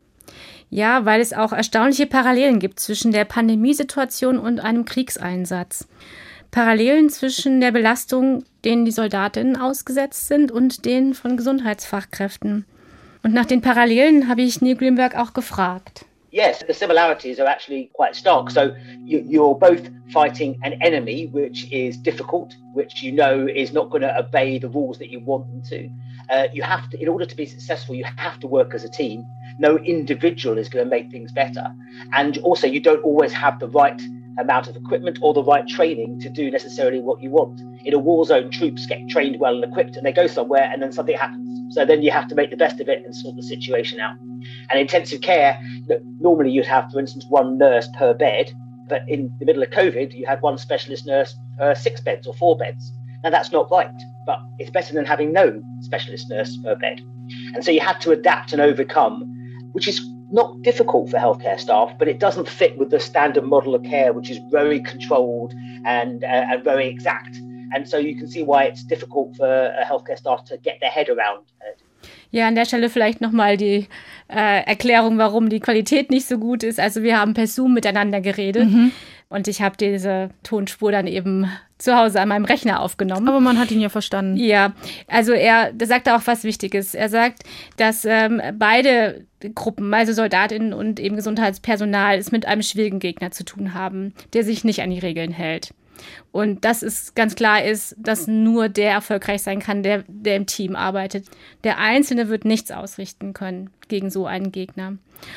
Ja, weil es auch erstaunliche Parallelen gibt zwischen der Pandemiesituation und einem Kriegseinsatz. Parallelen zwischen der Belastung, denen die Soldatinnen ausgesetzt sind, und denen von Gesundheitsfachkräften. Und nach den Parallelen habe ich Neil Greenberg auch gefragt. Yes, the similarities are actually quite stark. So you, you're both fighting an enemy, which is difficult, which you know is not going to obey the rules that you want them to. Uh, you have to, in order to be successful, you have to work as a team. No individual is going to make things better. And also, you don't always have the right amount of equipment or the right training to do necessarily what you want. In a war zone, troops get trained well and equipped and they go somewhere and then something happens. So then you have to make the best of it and sort the situation out. And intensive care, normally you'd have, for instance, one nurse per bed, but in the middle of COVID, you had one specialist nurse per six beds or four beds. Now that's not right, but it's better than having no specialist nurse per bed. And so you had to adapt and overcome, which is not difficult for healthcare staff, but it doesn't fit with the standard model of care, which is very controlled and, uh, and very exact. And so you can see why it's difficult for uh, healthcare staff to get their head around it. Ja, an der Stelle vielleicht nochmal die äh, Erklärung, warum die Qualität nicht so gut ist. Also wir haben per Zoom miteinander geredet mhm. und ich habe diese Tonspur dann eben zu Hause an meinem Rechner aufgenommen. Aber man hat ihn ja verstanden. Ja, also er da sagt auch was Wichtiges. Er sagt, dass ähm, beide Gruppen, also Soldatinnen und eben Gesundheitspersonal, es mit einem schwierigen Gegner zu tun haben, der sich nicht an die Regeln hält. Und dass es ganz klar ist, dass nur der erfolgreich sein kann, der, der im Team arbeitet. Der Einzelne wird nichts ausrichten können gegen so einen Gegner.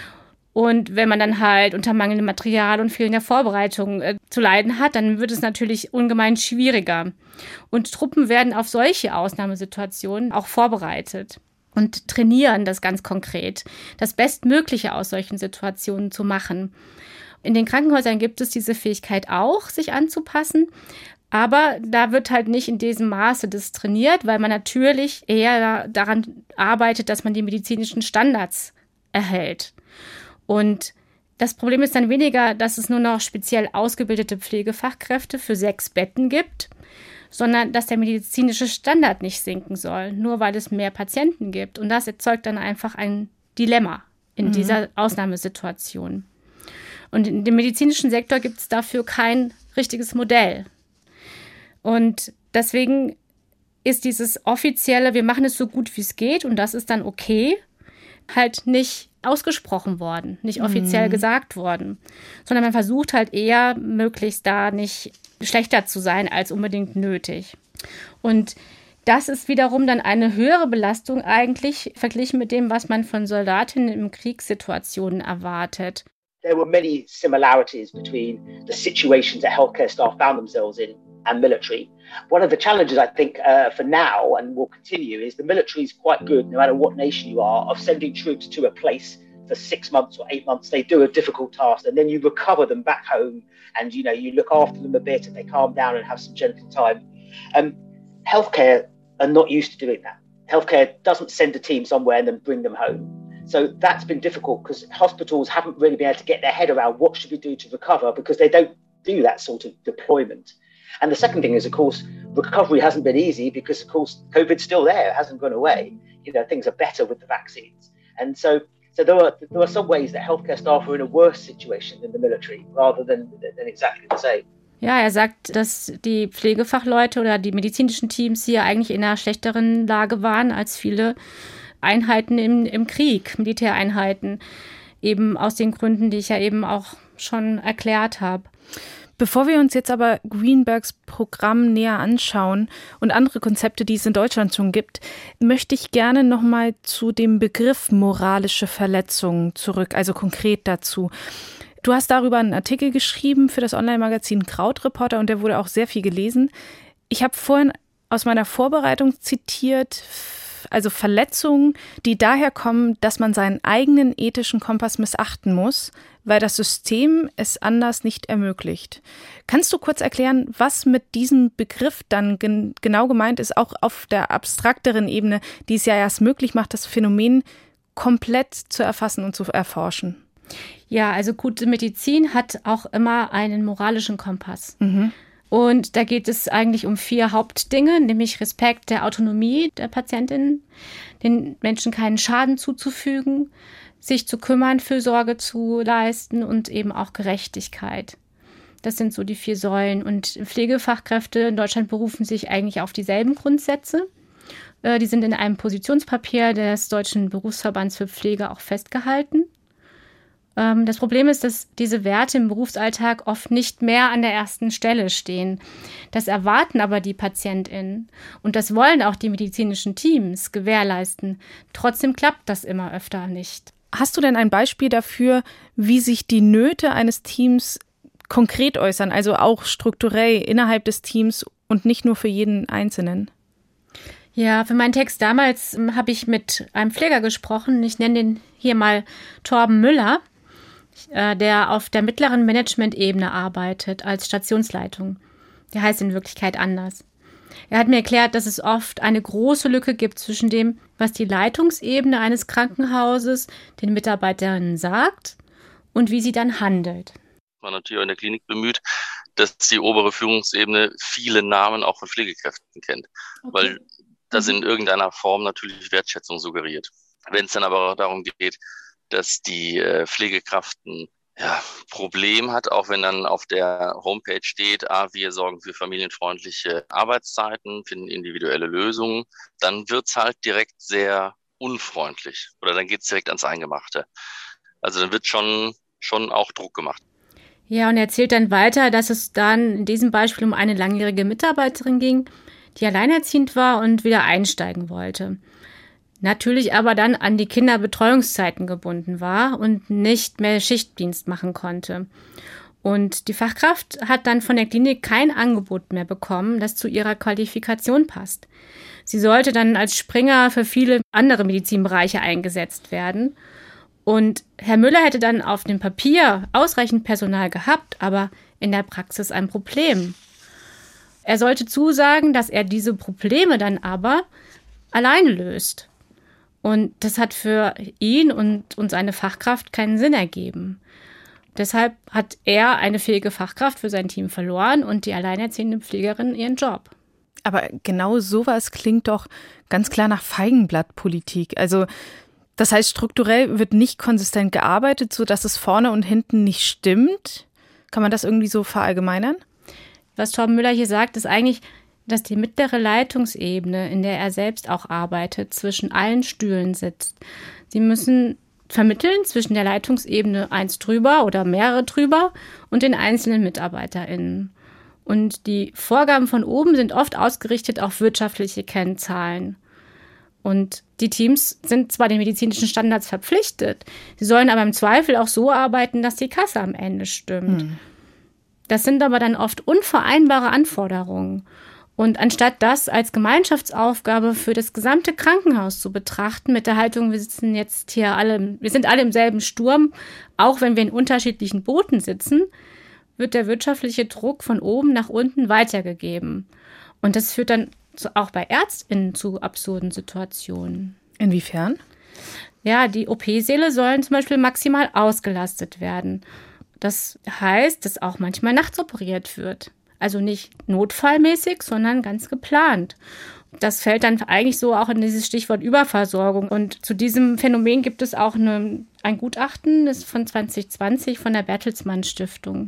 Und wenn man dann halt unter mangelndem Material und fehlender Vorbereitung äh, zu leiden hat, dann wird es natürlich ungemein schwieriger. Und Truppen werden auf solche Ausnahmesituationen auch vorbereitet und trainieren das ganz konkret, das Bestmögliche aus solchen Situationen zu machen. In den Krankenhäusern gibt es diese Fähigkeit auch, sich anzupassen, aber da wird halt nicht in diesem Maße das trainiert, weil man natürlich eher daran arbeitet, dass man die medizinischen Standards erhält. Und das Problem ist dann weniger, dass es nur noch speziell ausgebildete Pflegefachkräfte für sechs Betten gibt, sondern dass der medizinische Standard nicht sinken soll, nur weil es mehr Patienten gibt. Und das erzeugt dann einfach ein Dilemma in mhm. dieser Ausnahmesituation. Und in dem medizinischen Sektor gibt es dafür kein richtiges Modell. Und deswegen ist dieses offizielle, wir machen es so gut wie es geht und das ist dann okay, halt nicht ausgesprochen worden, nicht offiziell mhm. gesagt worden. Sondern man versucht halt eher, möglichst da nicht schlechter zu sein als unbedingt nötig. Und Das ist wiederum dann eine höhere Belastung eigentlich verglichen mit dem, was man von Soldatinnen in Kriegssituationen erwartet. There were many similarities between the situations that healthcare staff found themselves in and military. One of the challenges, I think, uh, for now and will continue is the military is quite good, no matter what nation you are, of sending troops to a place for six months or eight months. They do a difficult task and then you recover them back home and, you know, you look after them a bit and they calm down and have some gentle time. Um, healthcare are not used to doing that. Healthcare doesn't send a team somewhere and then bring them home. So that's been difficult because hospitals haven't really been able to get their head around what should we do to recover because they don't do that sort of deployment. And the second thing is, of course, recovery hasn't been easy because, of course, COVID's still there. It hasn't gone away. You know, things are better with the vaccines. And so so there are, there are some ways that healthcare staff are in a worse situation than the military rather than, than exactly the same. Ja, er sagt, dass die Pflegefachleute oder die medizinischen Teams hier eigentlich in einer schlechteren Lage waren als viele Einheiten im, im Krieg, Militäreinheiten, eben aus den Gründen, die ich ja eben auch schon erklärt habe. Bevor wir uns jetzt aber Greenbergs Programm näher anschauen und andere Konzepte, die es in Deutschland schon gibt, möchte ich gerne nochmal zu dem Begriff moralische Verletzung zurück, also konkret dazu. Du hast darüber einen Artikel geschrieben für das Online-Magazin Krautreporter und der wurde auch sehr viel gelesen. Ich habe vorhin aus meiner Vorbereitung zitiert, also Verletzungen, die daher kommen, dass man seinen eigenen ethischen Kompass missachten muss, weil das System es anders nicht ermöglicht. Kannst du kurz erklären, was mit diesem Begriff dann gen- genau gemeint ist, auch auf der abstrakteren Ebene, die es ja erst möglich macht, das Phänomen komplett zu erfassen und zu erforschen? Ja, also gute Medizin hat auch immer einen moralischen Kompass. Mhm. Und da geht es eigentlich um vier Hauptdinge, nämlich Respekt der Autonomie der Patientin, den Menschen keinen Schaden zuzufügen, sich zu kümmern, Fürsorge zu leisten und eben auch Gerechtigkeit. Das sind so die vier Säulen. Und Pflegefachkräfte in Deutschland berufen sich eigentlich auf dieselben Grundsätze. Die sind in einem Positionspapier des Deutschen Berufsverbands für Pflege auch festgehalten. Das Problem ist, dass diese Werte im Berufsalltag oft nicht mehr an der ersten Stelle stehen. Das erwarten aber die PatientInnen und das wollen auch die medizinischen Teams gewährleisten. Trotzdem klappt das immer öfter nicht. Hast du denn ein Beispiel dafür, wie sich die Nöte eines Teams konkret äußern, also auch strukturell innerhalb des Teams und nicht nur für jeden Einzelnen? Ja, für meinen Text damals habe ich mit einem Pfleger gesprochen. Ich nenne den hier mal Torben Müller, der auf der mittleren Management-Ebene arbeitet als Stationsleitung. Der heißt in Wirklichkeit anders. Er hat mir erklärt, dass es oft eine große Lücke gibt zwischen dem, was die Leitungsebene eines Krankenhauses den Mitarbeiterinnen sagt und wie sie dann handelt. Man natürlich auch in der Klinik bemüht, dass die obere Führungsebene viele Namen auch von Pflegekräften kennt, okay. Weil das in irgendeiner Form natürlich Wertschätzung suggeriert. Wenn es dann aber auch darum geht, dass die äh, Pflegekraft ein ja, Problem hat, auch wenn dann auf der Homepage steht, ah, wir sorgen für familienfreundliche Arbeitszeiten, finden individuelle Lösungen, dann wird's halt direkt sehr unfreundlich oder dann geht's direkt ans Eingemachte. Also dann wird schon, schon auch Druck gemacht. Ja, und er erzählt dann weiter, dass es dann in diesem Beispiel um eine langjährige Mitarbeiterin ging, die alleinerziehend war und wieder einsteigen wollte. Natürlich aber dann an die Kinderbetreuungszeiten gebunden war und nicht mehr Schichtdienst machen konnte. Und die Fachkraft hat dann von der Klinik kein Angebot mehr bekommen, das zu ihrer Qualifikation passt. Sie sollte dann als Springer für viele andere Medizinbereiche eingesetzt werden. Und Herr Müller hätte dann auf dem Papier ausreichend Personal gehabt, aber in der Praxis ein Problem. Er sollte zusagen, dass er diese Probleme dann aber alleine löst. Und das hat für ihn und, und seine Fachkraft keinen Sinn ergeben. Deshalb hat er eine fähige Fachkraft für sein Team verloren und die alleinerziehende Pflegerin ihren Job. Aber genau sowas klingt doch ganz klar nach Feigenblattpolitik. Also das heißt, strukturell wird nicht konsistent gearbeitet, sodass es vorne und hinten nicht stimmt. Kann man das irgendwie so verallgemeinern? Was Torben Müller hier sagt, ist eigentlich, dass die mittlere Leitungsebene, in der er selbst auch arbeitet, zwischen allen Stühlen sitzt. Sie müssen vermitteln zwischen der Leitungsebene eins drüber oder mehrere drüber und den einzelnen MitarbeiterInnen. Und die Vorgaben von oben sind oft ausgerichtet auf wirtschaftliche Kennzahlen. Und die Teams sind zwar den medizinischen Standards verpflichtet, sie sollen aber im Zweifel auch so arbeiten, dass die Kasse am Ende stimmt. Hm. Das sind aber dann oft unvereinbare Anforderungen. Und anstatt das als Gemeinschaftsaufgabe für das gesamte Krankenhaus zu betrachten, mit der Haltung, wir sitzen jetzt hier alle, wir sind alle im selben Sturm, auch wenn wir in unterschiedlichen Booten sitzen, wird der wirtschaftliche Druck von oben nach unten weitergegeben. Und das führt dann auch bei ÄrztInnen zu absurden Situationen. Inwiefern? Ja, die O P-Säle sollen zum Beispiel maximal ausgelastet werden. Das heißt, dass auch manchmal nachts operiert wird. Also nicht notfallmäßig, sondern ganz geplant. Das fällt dann eigentlich so auch in dieses Stichwort Überversorgung. Und zu diesem Phänomen gibt es auch eine, ein Gutachten, das ist von zwanzig zwanzig von der Bertelsmann Stiftung.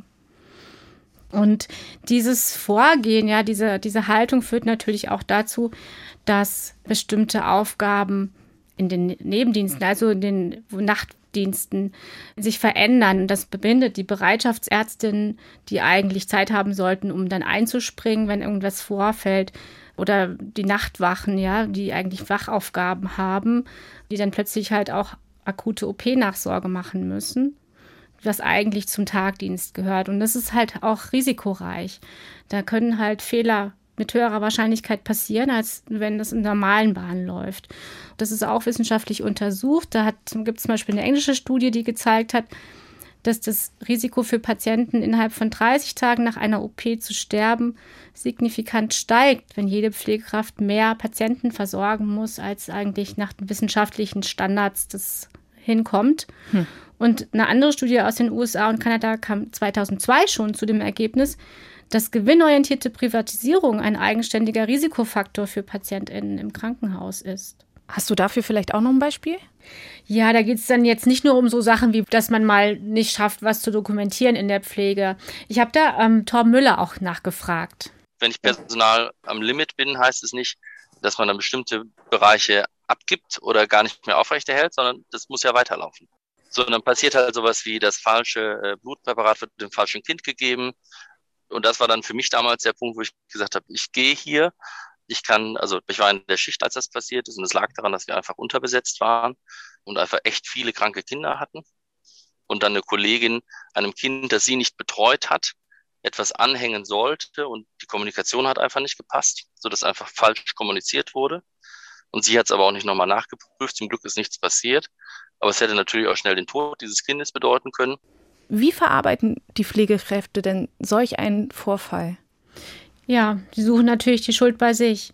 Und dieses Vorgehen, ja, diese, diese Haltung führt natürlich auch dazu, dass bestimmte Aufgaben in den Nebendiensten, also in den Nachtdiensten, sich verändern. Das verbindet die Bereitschaftsärztinnen, die eigentlich Zeit haben sollten, um dann einzuspringen, wenn irgendwas vorfällt, oder die Nachtwachen, ja, die eigentlich Wachaufgaben haben, die dann plötzlich halt auch akute O P-Nachsorge machen müssen, was eigentlich zum Tagdienst gehört. Und das ist halt auch risikoreich. Da können halt Fehler mit höherer Wahrscheinlichkeit passieren, als wenn das in normalen Bahnen läuft. Das ist auch wissenschaftlich untersucht. Da gibt es zum Beispiel eine englische Studie, die gezeigt hat, dass das Risiko für Patienten innerhalb von dreißig Tagen nach einer O P zu sterben signifikant steigt, wenn jede Pflegekraft mehr Patienten versorgen muss, als eigentlich nach den wissenschaftlichen Standards das hinkommt. Hm. Und eine andere Studie aus den U S A und Kanada kam zweitausendzwei schon zu dem Ergebnis, dass gewinnorientierte Privatisierung ein eigenständiger Risikofaktor für PatientInnen im Krankenhaus ist. Hast du dafür vielleicht auch noch ein Beispiel? Ja, da geht es dann jetzt nicht nur um so Sachen wie, dass man mal nicht schafft, was zu dokumentieren in der Pflege. Ich habe da ähm, Torben Müller auch nachgefragt. Wenn ich Personal am Limit bin, heißt es nicht, dass man dann bestimmte Bereiche abgibt oder gar nicht mehr aufrechterhält, sondern das muss ja weiterlaufen. So, dann passiert halt sowas wie, das falsche äh, Blutpräparat wird dem falschen Kind gegeben. Und das war dann für mich damals der Punkt, wo ich gesagt habe, ich gehe hier. Ich kann, also ich war in der Schicht, als das passiert ist, und es lag daran, dass wir einfach unterbesetzt waren und einfach echt viele kranke Kinder hatten. Und dann eine Kollegin einem Kind, das sie nicht betreut hat, etwas anhängen sollte und die Kommunikation hat einfach nicht gepasst, sodass einfach falsch kommuniziert wurde. Und sie hat es aber auch nicht nochmal nachgeprüft. Zum Glück ist nichts passiert. Aber es hätte natürlich auch schnell den Tod dieses Kindes bedeuten können. Wie verarbeiten die Pflegekräfte denn solch einen Vorfall? Ja, sie suchen natürlich die Schuld bei sich.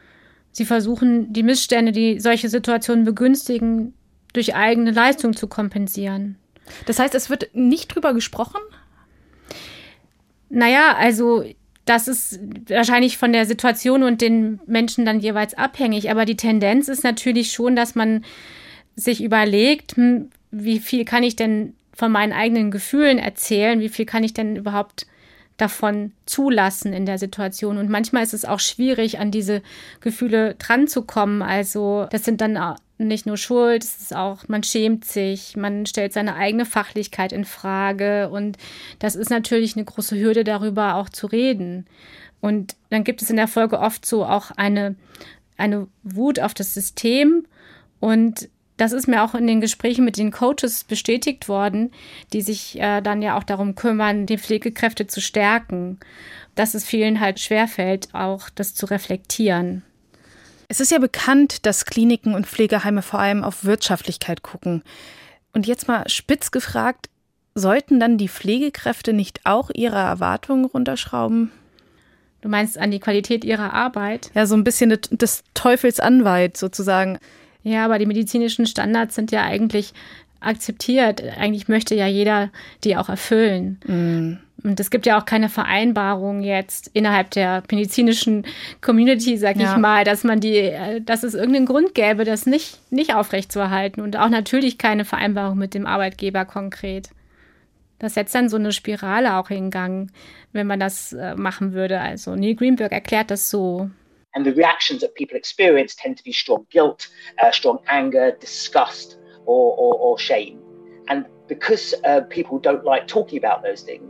Sie versuchen, die Missstände, die solche Situationen begünstigen, durch eigene Leistung zu kompensieren. Das heißt, es wird nicht drüber gesprochen? Naja, also das ist wahrscheinlich von der Situation und den Menschen dann jeweils abhängig. Aber die Tendenz ist natürlich schon, dass man sich überlegt, hm, wie viel kann ich denn von meinen eigenen Gefühlen erzählen, wie viel kann ich denn überhaupt davon zulassen in der Situation. Und manchmal ist es auch schwierig, an diese Gefühle dran zu kommen. Also das sind dann nicht nur Schuld, es ist auch, man schämt sich, man stellt seine eigene Fachlichkeit in Frage. Und das ist natürlich eine große Hürde, darüber auch zu reden. Und dann gibt es in der Folge oft so auch eine, eine Wut auf das System. Und das ist mir auch in den Gesprächen mit den Coaches bestätigt worden, die sich äh, dann ja auch darum kümmern, die Pflegekräfte zu stärken, dass es vielen halt schwerfällt, auch das zu reflektieren. Es ist ja bekannt, dass Kliniken und Pflegeheime vor allem auf Wirtschaftlichkeit gucken. Und jetzt mal spitz gefragt, sollten dann die Pflegekräfte nicht auch ihre Erwartungen runterschrauben? Du meinst an die Qualität ihrer Arbeit? Ja, so ein bisschen des Teufels Anwalt sozusagen. Ja, aber die medizinischen Standards sind ja eigentlich akzeptiert. Eigentlich möchte ja jeder die auch erfüllen. Mm. Und es gibt ja auch keine Vereinbarung jetzt innerhalb der medizinischen Community, sag ja. ich mal, dass man die, dass es irgendeinen Grund gäbe, das nicht, nicht aufrechtzuerhalten. Und auch natürlich keine Vereinbarung mit dem Arbeitgeber konkret. Das setzt dann so eine Spirale auch in Gang, wenn man das äh, machen würde. Also Neil Greenberg erklärt das so. And the reactions that people experience tend to be strong guilt, uh, strong anger, disgust, or, or, or shame. And because uh, people don't like talking about those things,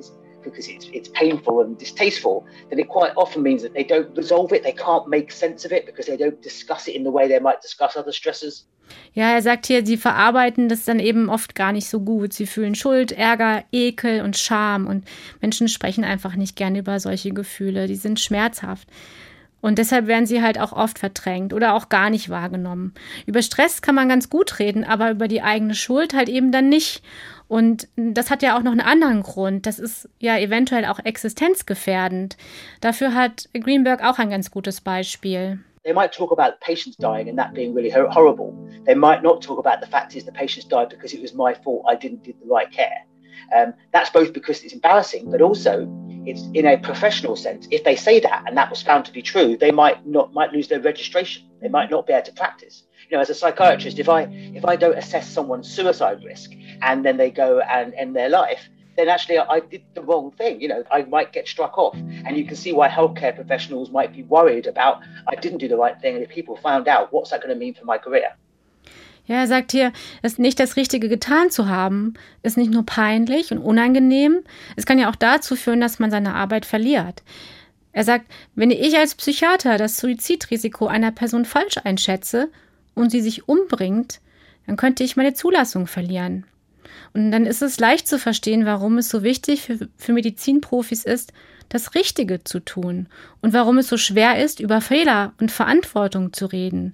because it's it's painful and distasteful, then it quite often means that they don't resolve it, they can't make sense of it because they don't discuss it in the way they might discuss other stressors. Ja, er sagt hier, sie verarbeiten das dann eben oft gar nicht so gut. Sie fühlen Schuld, Ärger, Ekel und Scham und Menschen sprechen einfach nicht gerne über solche Gefühle. Die sind schmerzhaft. Und deshalb werden sie halt auch oft verdrängt oder auch gar nicht wahrgenommen. Über Stress kann man ganz gut reden, aber über die eigene Schuld halt eben dann nicht. Und das hat ja auch noch einen anderen Grund. Das ist ja eventuell auch existenzgefährdend. Dafür hat Greenberg auch ein ganz gutes Beispiel. They might talk about patients dying and that being really hor- horrible. They might not talk about the fact is the patients died because it was my fault, I didn't do the right care. Um, that's both because it's embarrassing, but also it's in a professional sense. If they say that and that was found to be true, they might not might lose their registration. They might not be able to practice. You know, as a psychiatrist, if I if I don't assess someone's suicide risk and then they go and end their life, then actually I did the wrong thing. You know, I might get struck off. And you can see why healthcare professionals might be worried about, I didn't do the right thing. And if people found out, what's that going to mean for my career? Ja, er sagt hier, dass nicht das Richtige getan zu haben, ist nicht nur peinlich und unangenehm. Es kann ja auch dazu führen, dass man seine Arbeit verliert. Er sagt, wenn ich als Psychiater das Suizidrisiko einer Person falsch einschätze und sie sich umbringt, dann könnte ich meine Zulassung verlieren. Und dann ist es leicht zu verstehen, warum es so wichtig für, für Medizinprofis ist, das Richtige zu tun und warum es so schwer ist, über Fehler und Verantwortung zu reden.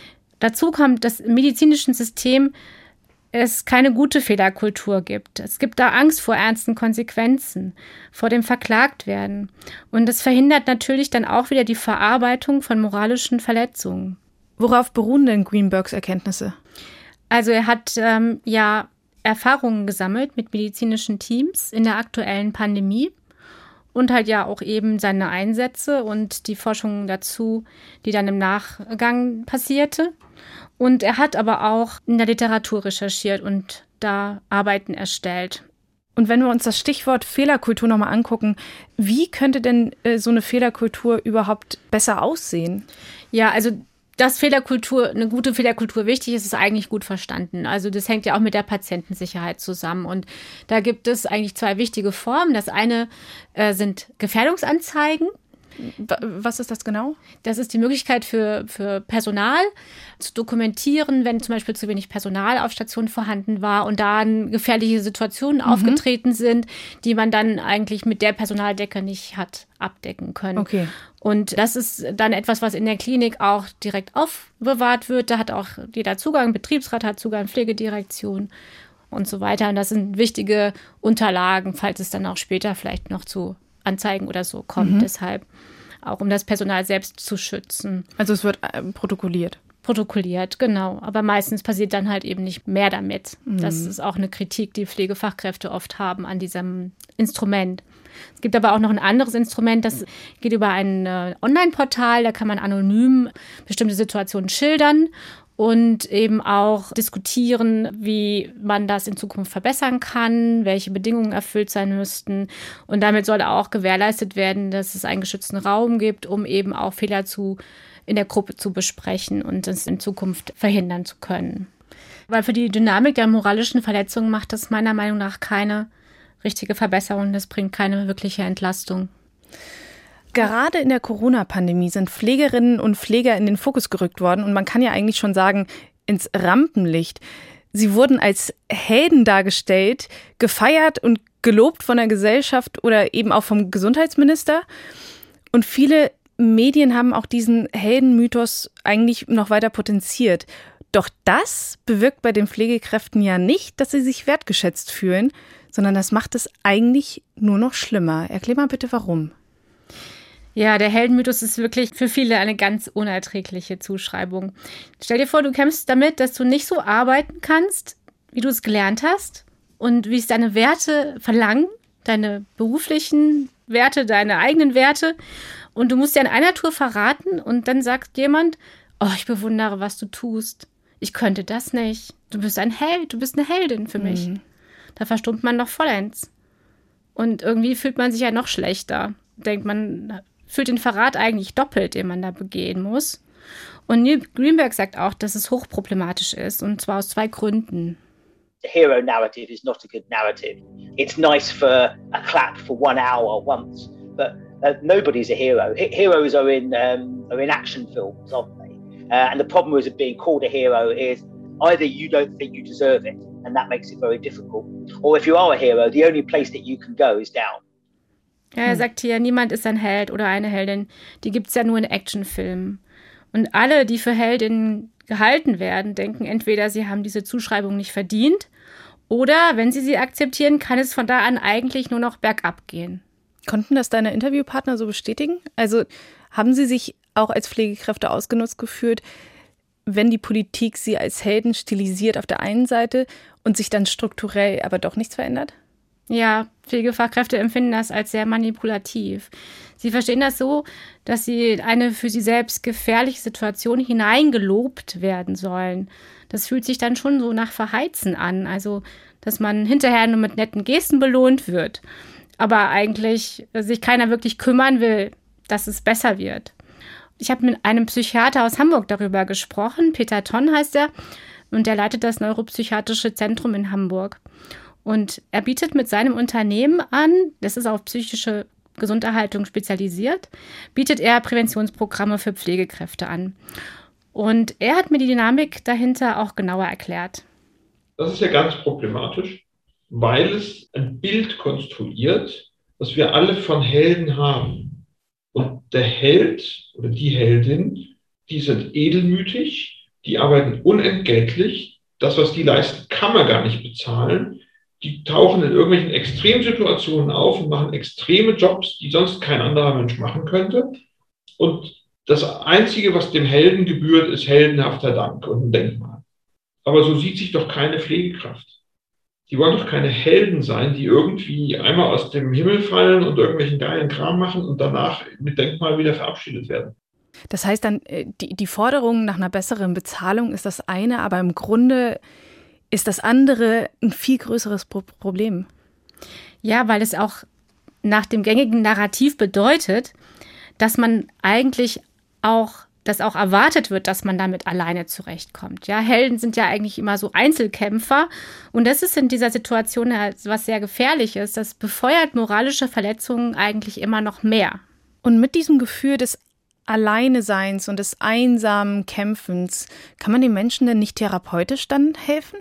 Dazu kommt, dass im medizinischen System es keine gute Fehlerkultur gibt. Es gibt da Angst vor ernsten Konsequenzen, vor dem Verklagtwerden. Und das verhindert natürlich dann auch wieder die Verarbeitung von moralischen Verletzungen. Worauf beruhen denn Greenbergs Erkenntnisse? Also er hat ähm, ja Erfahrungen gesammelt mit medizinischen Teams in der aktuellen Pandemie und halt ja auch eben seine Einsätze und die Forschung dazu, die dann im Nachgang passierte. Und er hat aber auch in der Literatur recherchiert und da Arbeiten erstellt. Und wenn wir uns das Stichwort Fehlerkultur nochmal angucken, wie könnte denn äh, so eine Fehlerkultur überhaupt besser aussehen? Ja, also dass Fehlerkultur, eine gute Fehlerkultur wichtig ist, ist eigentlich gut verstanden. Also das hängt ja auch mit der Patientensicherheit zusammen. Und da gibt es eigentlich zwei wichtige Formen. Das eine äh, sind Gefährdungsanzeigen. Was ist das genau? Das ist die Möglichkeit für, für Personal zu dokumentieren, wenn zum Beispiel zu wenig Personal auf Station vorhanden war und da gefährliche Situationen mhm. aufgetreten sind, die man dann eigentlich mit der Personaldecke nicht hat abdecken können. Okay. Und das ist dann etwas, was in der Klinik auch direkt aufbewahrt wird. Da hat auch jeder Zugang, Betriebsrat hat Zugang, Pflegedirektion und so weiter. Und das sind wichtige Unterlagen, falls es dann auch später vielleicht noch zu Anzeigen oder so kommt. Mhm. Deshalb auch, um das Personal selbst zu schützen. Also es wird äh, protokolliert. Protokolliert, genau. Aber meistens passiert dann halt eben nicht mehr damit. Mhm. Das ist auch eine Kritik, die Pflegefachkräfte oft haben an diesem Instrument. Es gibt aber auch noch ein anderes Instrument, das geht über ein äh, Online-Portal, da kann man anonym bestimmte Situationen schildern und eben auch diskutieren, wie man das in Zukunft verbessern kann, welche Bedingungen erfüllt sein müssten. Und damit soll auch gewährleistet werden, dass es einen geschützten Raum gibt, um eben auch Fehler zu, in der Gruppe zu besprechen und das in Zukunft verhindern zu können. Weil für die Dynamik der moralischen Verletzungen macht das meiner Meinung nach keine richtige Verbesserung, das bringt keine wirkliche Entlastung. Gerade in der Corona-Pandemie sind Pflegerinnen und Pfleger in den Fokus gerückt worden und man kann ja eigentlich schon sagen, ins Rampenlicht. Sie wurden als Helden dargestellt, gefeiert und gelobt von der Gesellschaft oder eben auch vom Gesundheitsminister. Und viele Medien haben auch diesen Heldenmythos eigentlich noch weiter potenziert. Doch das bewirkt bei den Pflegekräften ja nicht, dass sie sich wertgeschätzt fühlen, sondern das macht es eigentlich nur noch schlimmer. Erklär mal bitte, warum. Ja, der Heldenmythos ist wirklich für viele eine ganz unerträgliche Zuschreibung. Stell dir vor, du kämpfst damit, dass du nicht so arbeiten kannst, wie du es gelernt hast und wie es deine Werte verlangen, deine beruflichen Werte, deine eigenen Werte. Und du musst dir an einer Tour verraten und dann sagt jemand, oh, ich bewundere, was du tust. Ich könnte das nicht. Du bist ein Held, du bist eine Heldin für mich. Mhm. Da verstummt man noch vollends. Und irgendwie fühlt man sich ja noch schlechter. Denkt man, fühlt den Verrat eigentlich doppelt, den man da begehen muss. Und Neil Greenberg sagt auch, dass es hochproblematisch ist, und zwar aus zwei Gründen. The hero narrative is not a good narrative. it's nice for a clap for one hour once, but uh, nobody's a hero. H- heroes are in um, are in action films, aren't they? Uh, and the problem with being called a hero is either you don't think you deserve it, and that makes it very difficult, or if you are a hero, the only place that you can go is down. Ja, er sagt hier, niemand ist ein Held oder eine Heldin. Die gibt es ja nur in Actionfilmen. Und alle, die für Heldinnen gehalten werden, denken entweder, sie haben diese Zuschreibung nicht verdient oder, wenn sie sie akzeptieren, kann es von da an eigentlich nur noch bergab gehen. Konnten das deine Interviewpartner so bestätigen? Also haben sie sich auch als Pflegekräfte ausgenutzt gefühlt, wenn die Politik sie als Helden stilisiert auf der einen Seite und sich dann strukturell aber doch nichts verändert? Ja, Pflegefachkräfte empfinden das als sehr manipulativ. Sie verstehen das so, dass sie eine für sie selbst gefährliche Situation hineingelobt werden sollen. Das fühlt sich dann schon so nach Verheizen an, also dass man hinterher nur mit netten Gesten belohnt wird, aber eigentlich sich keiner wirklich kümmern will, dass es besser wird. Ich habe mit einem Psychiater aus Hamburg darüber gesprochen, Peter Tonn heißt er, und der leitet das Neuropsychiatrische Zentrum in Hamburg. Und er bietet mit seinem Unternehmen an, das ist auf psychische Gesunderhaltung spezialisiert, bietet er Präventionsprogramme für Pflegekräfte an. Und er hat mir die Dynamik dahinter auch genauer erklärt. Das ist ja ganz problematisch, weil es ein Bild konstruiert, das wir alle von Helden haben. Und der Held oder die Heldin, die sind edelmütig, die arbeiten unentgeltlich. Das, was die leisten, kann man gar nicht bezahlen. Die tauchen in irgendwelchen Extremsituationen auf und machen extreme Jobs, die sonst kein anderer Mensch machen könnte. Und das Einzige, was dem Helden gebührt, ist heldenhafter Dank und ein Denkmal. Aber so sieht sich doch keine Pflegekraft. Die wollen doch keine Helden sein, die irgendwie einmal aus dem Himmel fallen und irgendwelchen geilen Kram machen und danach mit Denkmal wieder verabschiedet werden. Das heißt dann, die, die Forderung nach einer besseren Bezahlung ist das eine, aber im Grunde ist das andere ein viel größeres Pro- Problem. Ja, weil es auch nach dem gängigen Narrativ bedeutet, dass man eigentlich auch, dass auch erwartet wird, dass man damit alleine zurechtkommt. Ja, Helden sind ja eigentlich immer so Einzelkämpfer und das ist in dieser Situation was sehr Gefährliches. Das befeuert moralische Verletzungen eigentlich immer noch mehr. Und mit diesem Gefühl des Alleineseins und des einsamen Kämpfens, kann man den Menschen denn nicht therapeutisch dann helfen?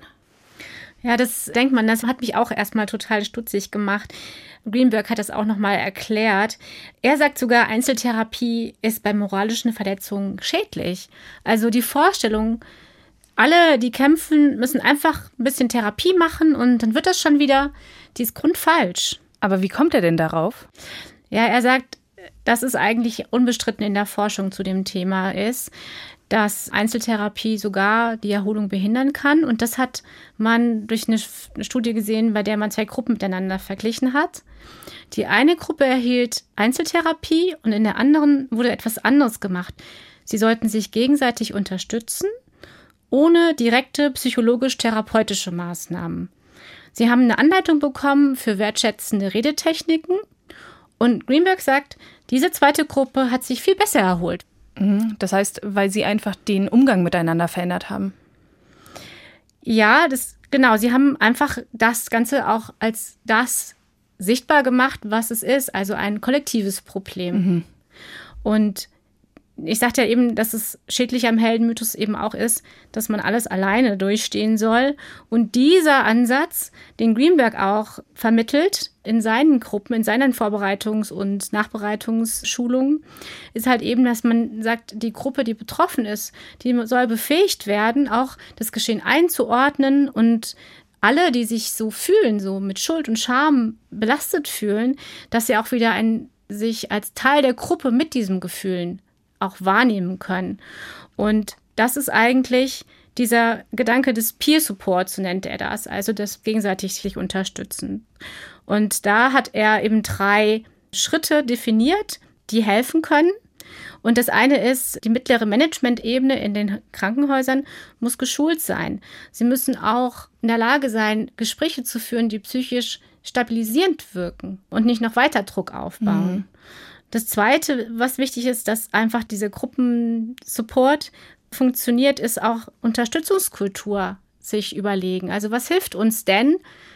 Ja, das denkt man, das hat mich auch erstmal total stutzig gemacht. Greenberg hat das auch nochmal erklärt. Er sagt sogar, Einzeltherapie ist bei moralischen Verletzungen schädlich. Also die Vorstellung, alle, die kämpfen, müssen einfach ein bisschen Therapie machen und dann wird das schon wieder, die ist grundfalsch. Aber wie kommt er denn darauf? Ja, er sagt, dass es eigentlich unbestritten in der Forschung zu dem Thema ist, dass Einzeltherapie sogar die Erholung behindern kann. Und das hat man durch eine Studie gesehen, bei der man zwei Gruppen miteinander verglichen hat. Die eine Gruppe erhielt Einzeltherapie und in der anderen wurde etwas anderes gemacht. Sie sollten sich gegenseitig unterstützen, ohne direkte psychologisch-therapeutische Maßnahmen. Sie haben eine Anleitung bekommen für wertschätzende Redetechniken. Und Greenberg sagt, diese zweite Gruppe hat sich viel besser erholt. Das heißt, weil sie einfach den Umgang miteinander verändert haben. Ja, das genau. Sie haben einfach das Ganze auch als das sichtbar gemacht, was es ist, also ein kollektives Problem. Mhm. Und ich sagte ja eben, dass es schädlich am Heldenmythos eben auch ist, dass man alles alleine durchstehen soll. Und dieser Ansatz, den Greenberg auch vermittelt in seinen Gruppen, in seinen Vorbereitungs- und Nachbereitungsschulungen, ist halt eben, dass man sagt, die Gruppe, die betroffen ist, die soll befähigt werden, auch das Geschehen einzuordnen und alle, die sich so fühlen, so mit Schuld und Scham belastet fühlen, dass sie auch wieder ein, sich als Teil der Gruppe mit diesen Gefühlen auch wahrnehmen können. Und das ist eigentlich dieser Gedanke des Peer Supports, so nennt er das, also das gegenseitig sich unterstützen. Und da hat er eben drei Schritte definiert, die helfen können. Und das eine ist, die mittlere Management-Ebene in den Krankenhäusern muss geschult sein. Sie müssen auch in der Lage sein, Gespräche zu führen, die psychisch stabilisierend wirken und nicht noch weiter Druck aufbauen. Mhm. Das Zweite, was wichtig ist, dass einfach diese Gruppensupport funktioniert, ist auch Unterstützungskultur sich überlegen. Also was hilft uns denn,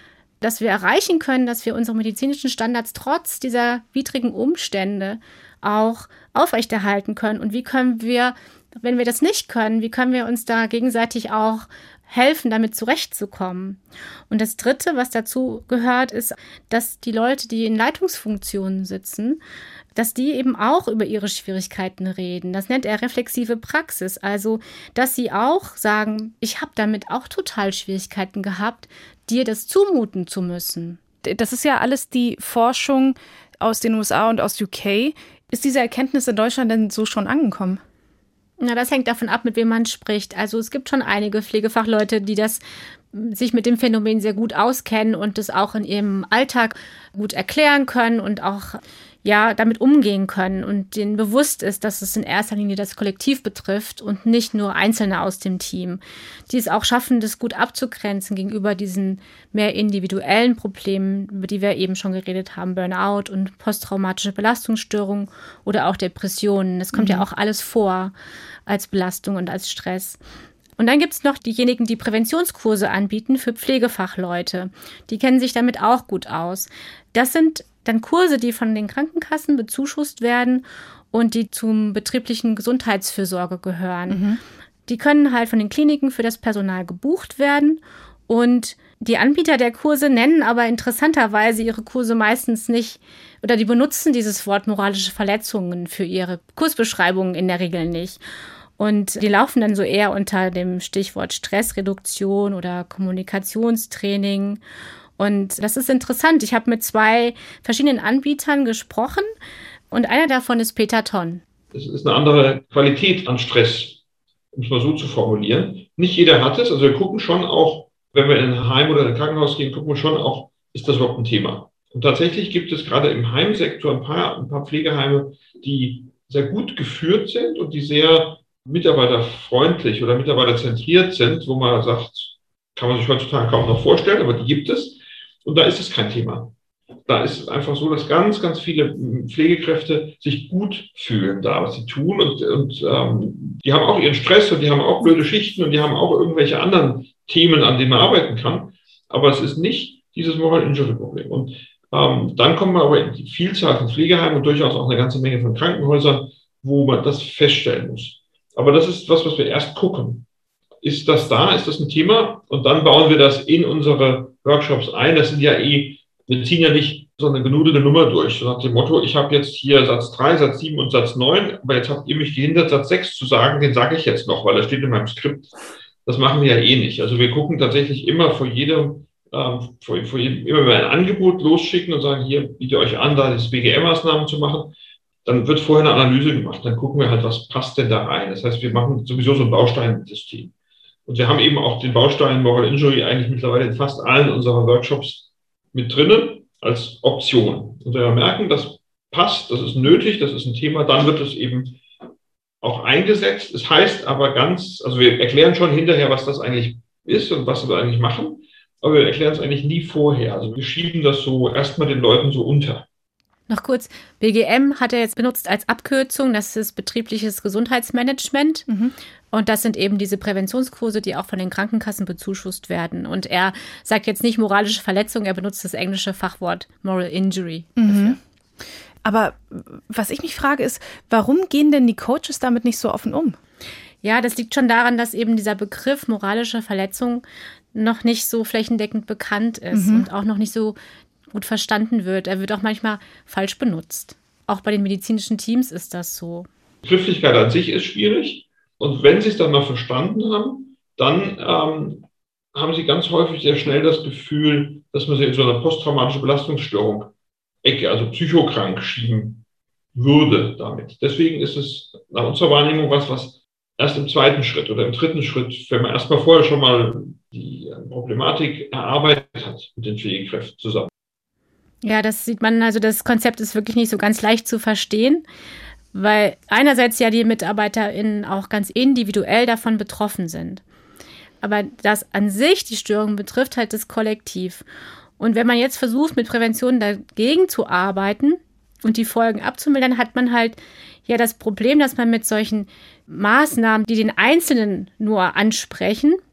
dass wir erreichen können, dass wir unsere medizinischen Standards trotz dieser widrigen Umstände auch aufrechterhalten können. Und wie können wir, wenn wir das nicht können, wie können wir uns da gegenseitig auch helfen, damit zurechtzukommen? Und das Dritte, was dazu gehört, ist, dass die Leute, die in Leitungsfunktionen sitzen, dass die eben auch über ihre Schwierigkeiten reden. Das nennt er reflexive Praxis. Also, dass sie auch sagen, ich habe damit auch total Schwierigkeiten gehabt, dir das zumuten zu müssen. Das ist ja alles die Forschung aus den U S A und aus U K. Ist diese Erkenntnis in Deutschland denn so schon angekommen? Na, das hängt davon ab, mit wem man spricht. Also es gibt schon einige Pflegefachleute, die das sich mit dem Phänomen sehr gut auskennen und das auch in ihrem Alltag gut erklären können und auch ja damit umgehen können und denen bewusst ist, dass es in erster Linie das Kollektiv betrifft und nicht nur Einzelne aus dem Team, die es auch schaffen, das gut abzugrenzen gegenüber diesen mehr individuellen Problemen, über die wir eben schon geredet haben, Burnout und posttraumatische Belastungsstörungen oder auch Depressionen. Das kommt mhm. ja auch alles vor als Belastung und als Stress. Und dann gibt es noch diejenigen, die Präventionskurse anbieten für Pflegefachleute. Die kennen sich damit auch gut aus. Das sind dann Kurse, die von den Krankenkassen bezuschusst werden und die zum betrieblichen Gesundheitsfürsorge gehören. Mhm. Die können halt von den Kliniken für das Personal gebucht werden und die Anbieter der Kurse nennen aber interessanterweise ihre Kurse meistens nicht oder die benutzen dieses Wort moralische Verletzungen für ihre Kursbeschreibungen in der Regel nicht. Und die laufen dann so eher unter dem Stichwort Stressreduktion oder Kommunikationstraining. Und das ist interessant. Ich habe mit zwei verschiedenen Anbietern gesprochen und einer davon ist Peter Tonn. Es ist eine andere Qualität an Stress, um es mal so zu formulieren. Nicht jeder hat es. Also wir gucken schon auch, wenn wir in ein Heim oder in ein Krankenhaus gehen, gucken wir schon auch, ist das überhaupt ein Thema? Und tatsächlich gibt es gerade im Heimsektor ein paar, ein paar Pflegeheime, die sehr gut geführt sind und die sehr mitarbeiterfreundlich oder mitarbeiterzentriert sind, wo man sagt, kann man sich heutzutage kaum noch vorstellen, aber die gibt es. Und da ist es kein Thema. Da ist es einfach so, dass ganz, ganz viele Pflegekräfte sich gut fühlen da, was sie tun. Und, und ähm, die haben auch ihren Stress und die haben auch blöde Schichten und die haben auch irgendwelche anderen Themen, an denen man arbeiten kann. Aber es ist nicht dieses Moral Injury Problem. Und ähm, dann kommen wir aber in die Vielzahl von Pflegeheimen und durchaus auch eine ganze Menge von Krankenhäusern, wo man das feststellen muss. Aber das ist was, was wir erst gucken. Ist das da? Ist das ein Thema? Und dann bauen wir das in unsere Workshops ein. Das sind ja eh, wir ziehen ja nicht so eine genudelte Nummer durch. So nach dem Motto, ich habe jetzt hier Satz drei, Satz sieben und Satz neun, aber jetzt habt ihr mich gehindert, Satz sechs zu sagen, den sage ich jetzt noch, weil das steht in meinem Skript. Das machen wir ja eh nicht. Also wir gucken tatsächlich immer vor jedem, ähm, vor, vor jedem, immer wenn wir ein Angebot losschicken und sagen, hier bietet euch an, da das B G M-Maßnahmen zu machen, dann wird vorher eine Analyse gemacht. Dann gucken wir halt, was passt denn da rein. Das heißt, wir machen sowieso so ein Bausteinsystem. Und wir haben eben auch den Baustein Moral Injury eigentlich mittlerweile in fast allen unserer Workshops mit drinnen als Option. Und wenn wir merken, das passt, das ist nötig, das ist ein Thema, dann wird es eben auch eingesetzt. Es heißt aber ganz, also wir erklären schon hinterher, was das eigentlich ist und was wir eigentlich machen, aber wir erklären es eigentlich nie vorher. Also wir schieben das so erstmal den Leuten so unter. Noch kurz, B G M hat er jetzt benutzt als Abkürzung, das ist betriebliches Gesundheitsmanagement. Mhm. Und das sind eben diese Präventionskurse, die auch von den Krankenkassen bezuschusst werden. Und er sagt jetzt nicht moralische Verletzung, er benutzt das englische Fachwort Moral Injury dafür. Mhm. Aber was ich mich frage ist, warum gehen denn die Coaches damit nicht so offen um? Ja, das liegt schon daran, dass eben dieser Begriff moralische Verletzung noch nicht so flächendeckend bekannt ist mhm. und auch noch nicht so gut verstanden wird. Er wird auch manchmal falsch benutzt. Auch bei den medizinischen Teams ist das so. Begrifflichkeit an sich ist schwierig. Und wenn sie es dann mal verstanden haben, dann ähm, haben sie ganz häufig sehr schnell das Gefühl, dass man sie in so eine posttraumatische Belastungsstörung Ecke, also psychokrank schieben würde damit. Deswegen ist es nach unserer Wahrnehmung was, was erst im zweiten Schritt oder im dritten Schritt, wenn man erstmal vorher schon mal die Problematik erarbeitet hat mit den Pflegekräften zusammen. Ja, das sieht man, also das Konzept ist wirklich nicht so ganz leicht zu verstehen, weil einerseits ja die MitarbeiterInnen auch ganz individuell davon betroffen sind. Aber das an sich die Störung betrifft halt das Kollektiv. Und wenn man jetzt versucht, mit Prävention dagegen zu arbeiten und die Folgen abzumildern, hat man halt ja das Problem, dass man mit solchen Maßnahmen, die den Einzelnen nur ansprechen,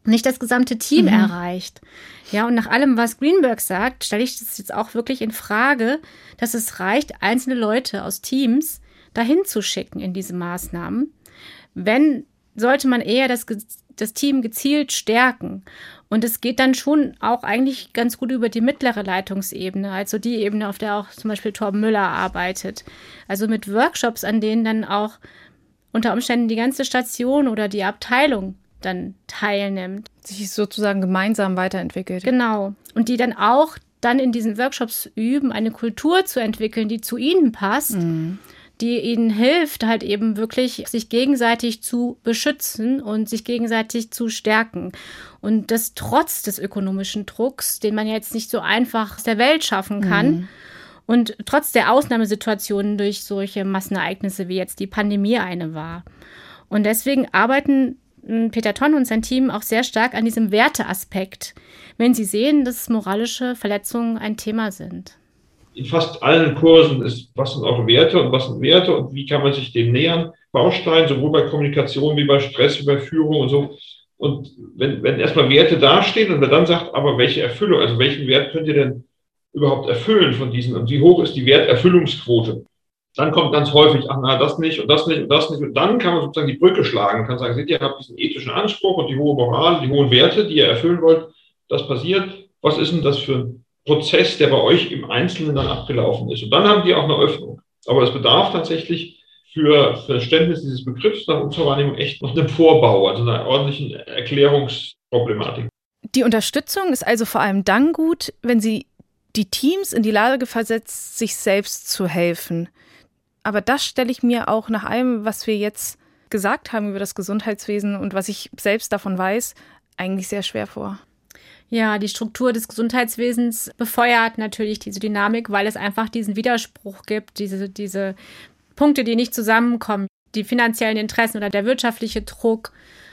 nicht das gesamte Team Mhm. erreicht. Ja, und nach allem, was Greenberg sagt, stelle ich das jetzt auch wirklich in Frage, dass es reicht, einzelne Leute aus Teams dahin zu schicken in diese Maßnahmen. Wenn, sollte man eher das, das Team gezielt stärken. Und es geht dann schon auch eigentlich ganz gut über die mittlere Leitungsebene, also die Ebene, auf der auch zum Beispiel Torben Müller arbeitet. Also mit Workshops, an denen dann auch unter Umständen die ganze Station oder die Abteilung dann teilnimmt. Sich sozusagen gemeinsam weiterentwickelt. Genau. Und die dann auch dann in diesen Workshops üben, eine Kultur zu entwickeln, die zu ihnen passt, Mhm. die ihnen hilft, halt eben wirklich sich gegenseitig zu beschützen und sich gegenseitig zu stärken. Und das trotz des ökonomischen Drucks, den man jetzt nicht so einfach aus der Welt schaffen kann. Mhm. Und trotz der Ausnahmesituationen durch solche Massenereignisse, wie jetzt die Pandemie eine war. Und deswegen arbeiten Peter Tonn und sein Team auch sehr stark an diesem Werteaspekt, wenn sie sehen, dass moralische Verletzungen ein Thema sind. In fast allen Kursen ist, was sind eure Werte und was sind Werte und wie kann man sich dem nähern? Baustein, sowohl bei Kommunikation wie bei Stress, wie bei Führung und so. Und wenn, wenn erstmal Werte dastehen und man dann sagt, aber welche Erfüllung, also welchen Wert könnt ihr denn überhaupt erfüllen von diesen und wie hoch ist die Werterfüllungsquote? Dann kommt ganz häufig, ach na, das nicht und das nicht und das nicht. Und dann kann man sozusagen die Brücke schlagen und kann sagen, seht ihr, ihr habt diesen ethischen Anspruch und die hohe Moral, die hohen Werte, die ihr erfüllen wollt, das passiert. Was ist denn das für ein Prozess, der bei euch im Einzelnen dann abgelaufen ist? Und dann haben die auch eine Öffnung. Aber es bedarf tatsächlich für Verständnis dieses Begriffs nach unserer Wahrnehmung echt noch einem Vorbau, also einer ordentlichen Erklärungsproblematik. Die Unterstützung ist also vor allem dann gut, wenn sie die Teams in die Lage versetzt, sich selbst zu helfen. Aber das stelle ich mir auch nach allem, was wir jetzt gesagt haben über das Gesundheitswesen und was ich selbst davon weiß, eigentlich sehr schwer vor. Ja, die Struktur des Gesundheitswesens befeuert natürlich diese Dynamik, weil es einfach diesen Widerspruch gibt, diese, diese Punkte, die nicht zusammenkommen. Die finanziellen Interessen oder der wirtschaftliche Druck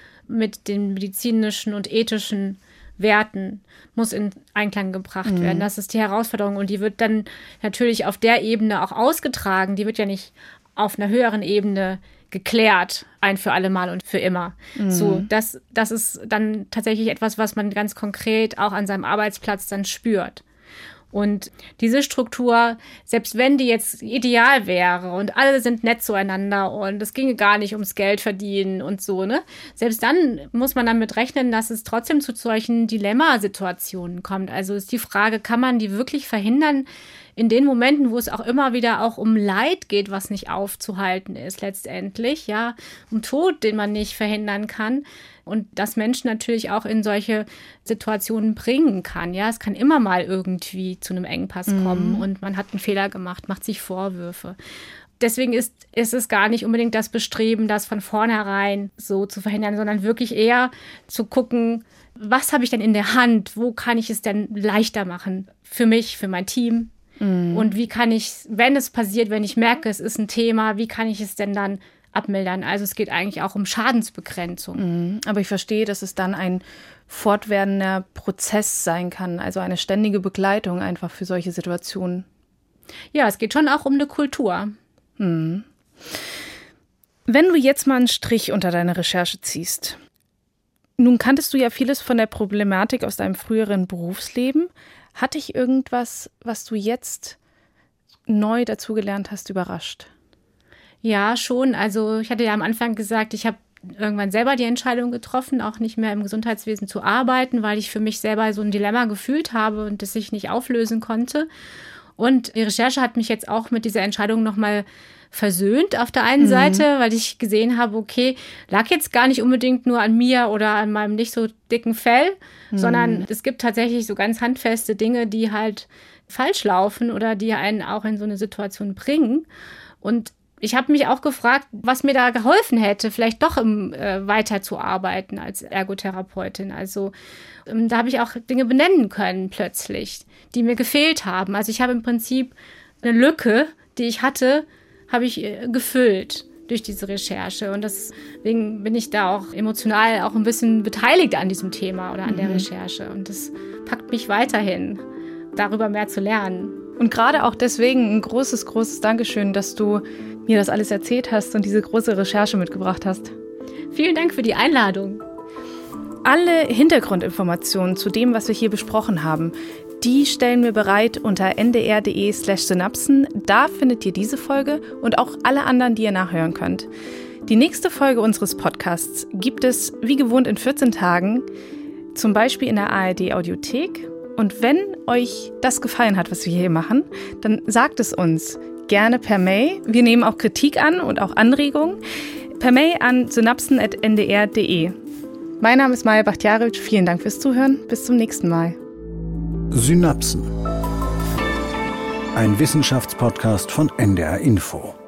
mit den medizinischen und ethischen Werten muss in Einklang gebracht Mhm. werden. Das ist die Herausforderung und die wird dann natürlich auf der Ebene auch ausgetragen. Die wird ja nicht auf einer höheren Ebene geklärt, ein für alle Mal und für immer. Mhm. So, das, das ist dann tatsächlich etwas, was man ganz konkret auch an seinem Arbeitsplatz dann spürt. Und diese Struktur, selbst wenn die jetzt ideal wäre und alle sind nett zueinander und es ginge gar nicht ums Geld verdienen und so, ne? Selbst dann muss man damit rechnen, dass es trotzdem zu solchen Dilemmasituationen kommt. Also ist die Frage, kann man die wirklich verhindern in den Momenten, wo es auch immer wieder auch um Leid geht, was nicht aufzuhalten ist letztendlich, ja, um Tod, den man nicht verhindern kann. Und das Menschen natürlich auch in solche Situationen bringen kann. Ja, es kann immer mal irgendwie zu einem Engpass Mhm. kommen und man hat einen Fehler gemacht, macht sich Vorwürfe. Deswegen ist, ist es gar nicht unbedingt das Bestreben, das von vornherein so zu verhindern, sondern wirklich eher zu gucken, was habe ich denn in der Hand? Wo kann ich es denn leichter machen? Für mich, für mein Team? Mhm. Und wie kann ich, wenn es passiert, wenn ich merke, es ist ein Thema, wie kann ich es denn dann abmildern? Also es geht eigentlich auch um Schadensbegrenzung. Mhm. Aber ich verstehe, dass es dann ein fortwährender Prozess sein kann, also eine ständige Begleitung einfach für solche Situationen. Ja, es geht schon auch um eine Kultur. Mhm. Wenn du jetzt mal einen Strich unter deine Recherche ziehst, nun kanntest du ja vieles von der Problematik aus deinem früheren Berufsleben. Hat dich irgendwas, was du jetzt neu dazugelernt hast, überrascht? Ja, schon. Also ich hatte ja am Anfang gesagt, ich habe irgendwann selber die Entscheidung getroffen, auch nicht mehr im Gesundheitswesen zu arbeiten, weil ich für mich selber so ein Dilemma gefühlt habe und das ich nicht auflösen konnte. Und die Recherche hat mich jetzt auch mit dieser Entscheidung nochmal versöhnt auf der einen mhm. Seite, weil ich gesehen habe, okay, lag jetzt gar nicht unbedingt nur an mir oder an meinem nicht so dicken Fell, mhm. sondern es gibt tatsächlich so ganz handfeste Dinge, die halt falsch laufen oder die einen auch in so eine Situation bringen. Und ich habe mich auch gefragt, was mir da geholfen hätte, vielleicht doch im, äh, weiterzuarbeiten als Ergotherapeutin. Also ähm, da habe ich auch Dinge benennen können plötzlich, die mir gefehlt haben. Also ich habe im Prinzip eine Lücke, die ich hatte, habe ich äh, gefüllt durch diese Recherche. Und deswegen bin ich da auch emotional auch ein bisschen beteiligt an diesem Thema oder an mhm. der Recherche. Und das packt mich weiterhin, darüber mehr zu lernen. Und gerade auch deswegen ein großes, großes Dankeschön, dass du mir das alles erzählt hast und diese große Recherche mitgebracht hast. Vielen Dank für die Einladung. Alle Hintergrundinformationen zu dem, was wir hier besprochen haben, die stellen wir bereit unter ndr.de slash synapsen. Da findet ihr diese Folge und auch alle anderen, die ihr nachhören könnt. Die nächste Folge unseres Podcasts gibt es wie gewohnt in vierzehn Tagen, zum Beispiel in der A R D-Audiothek. Und wenn euch das gefallen hat, was wir hier machen, dann sagt es uns gerne per Mail. Wir nehmen auch Kritik an und auch Anregungen. Per Mail an synapsen at n d r punkt d e. Mein Name ist Maja Bachtjaric. Vielen Dank fürs Zuhören. Bis zum nächsten Mal. Synapsen. Ein Wissenschaftspodcast von N D R Info.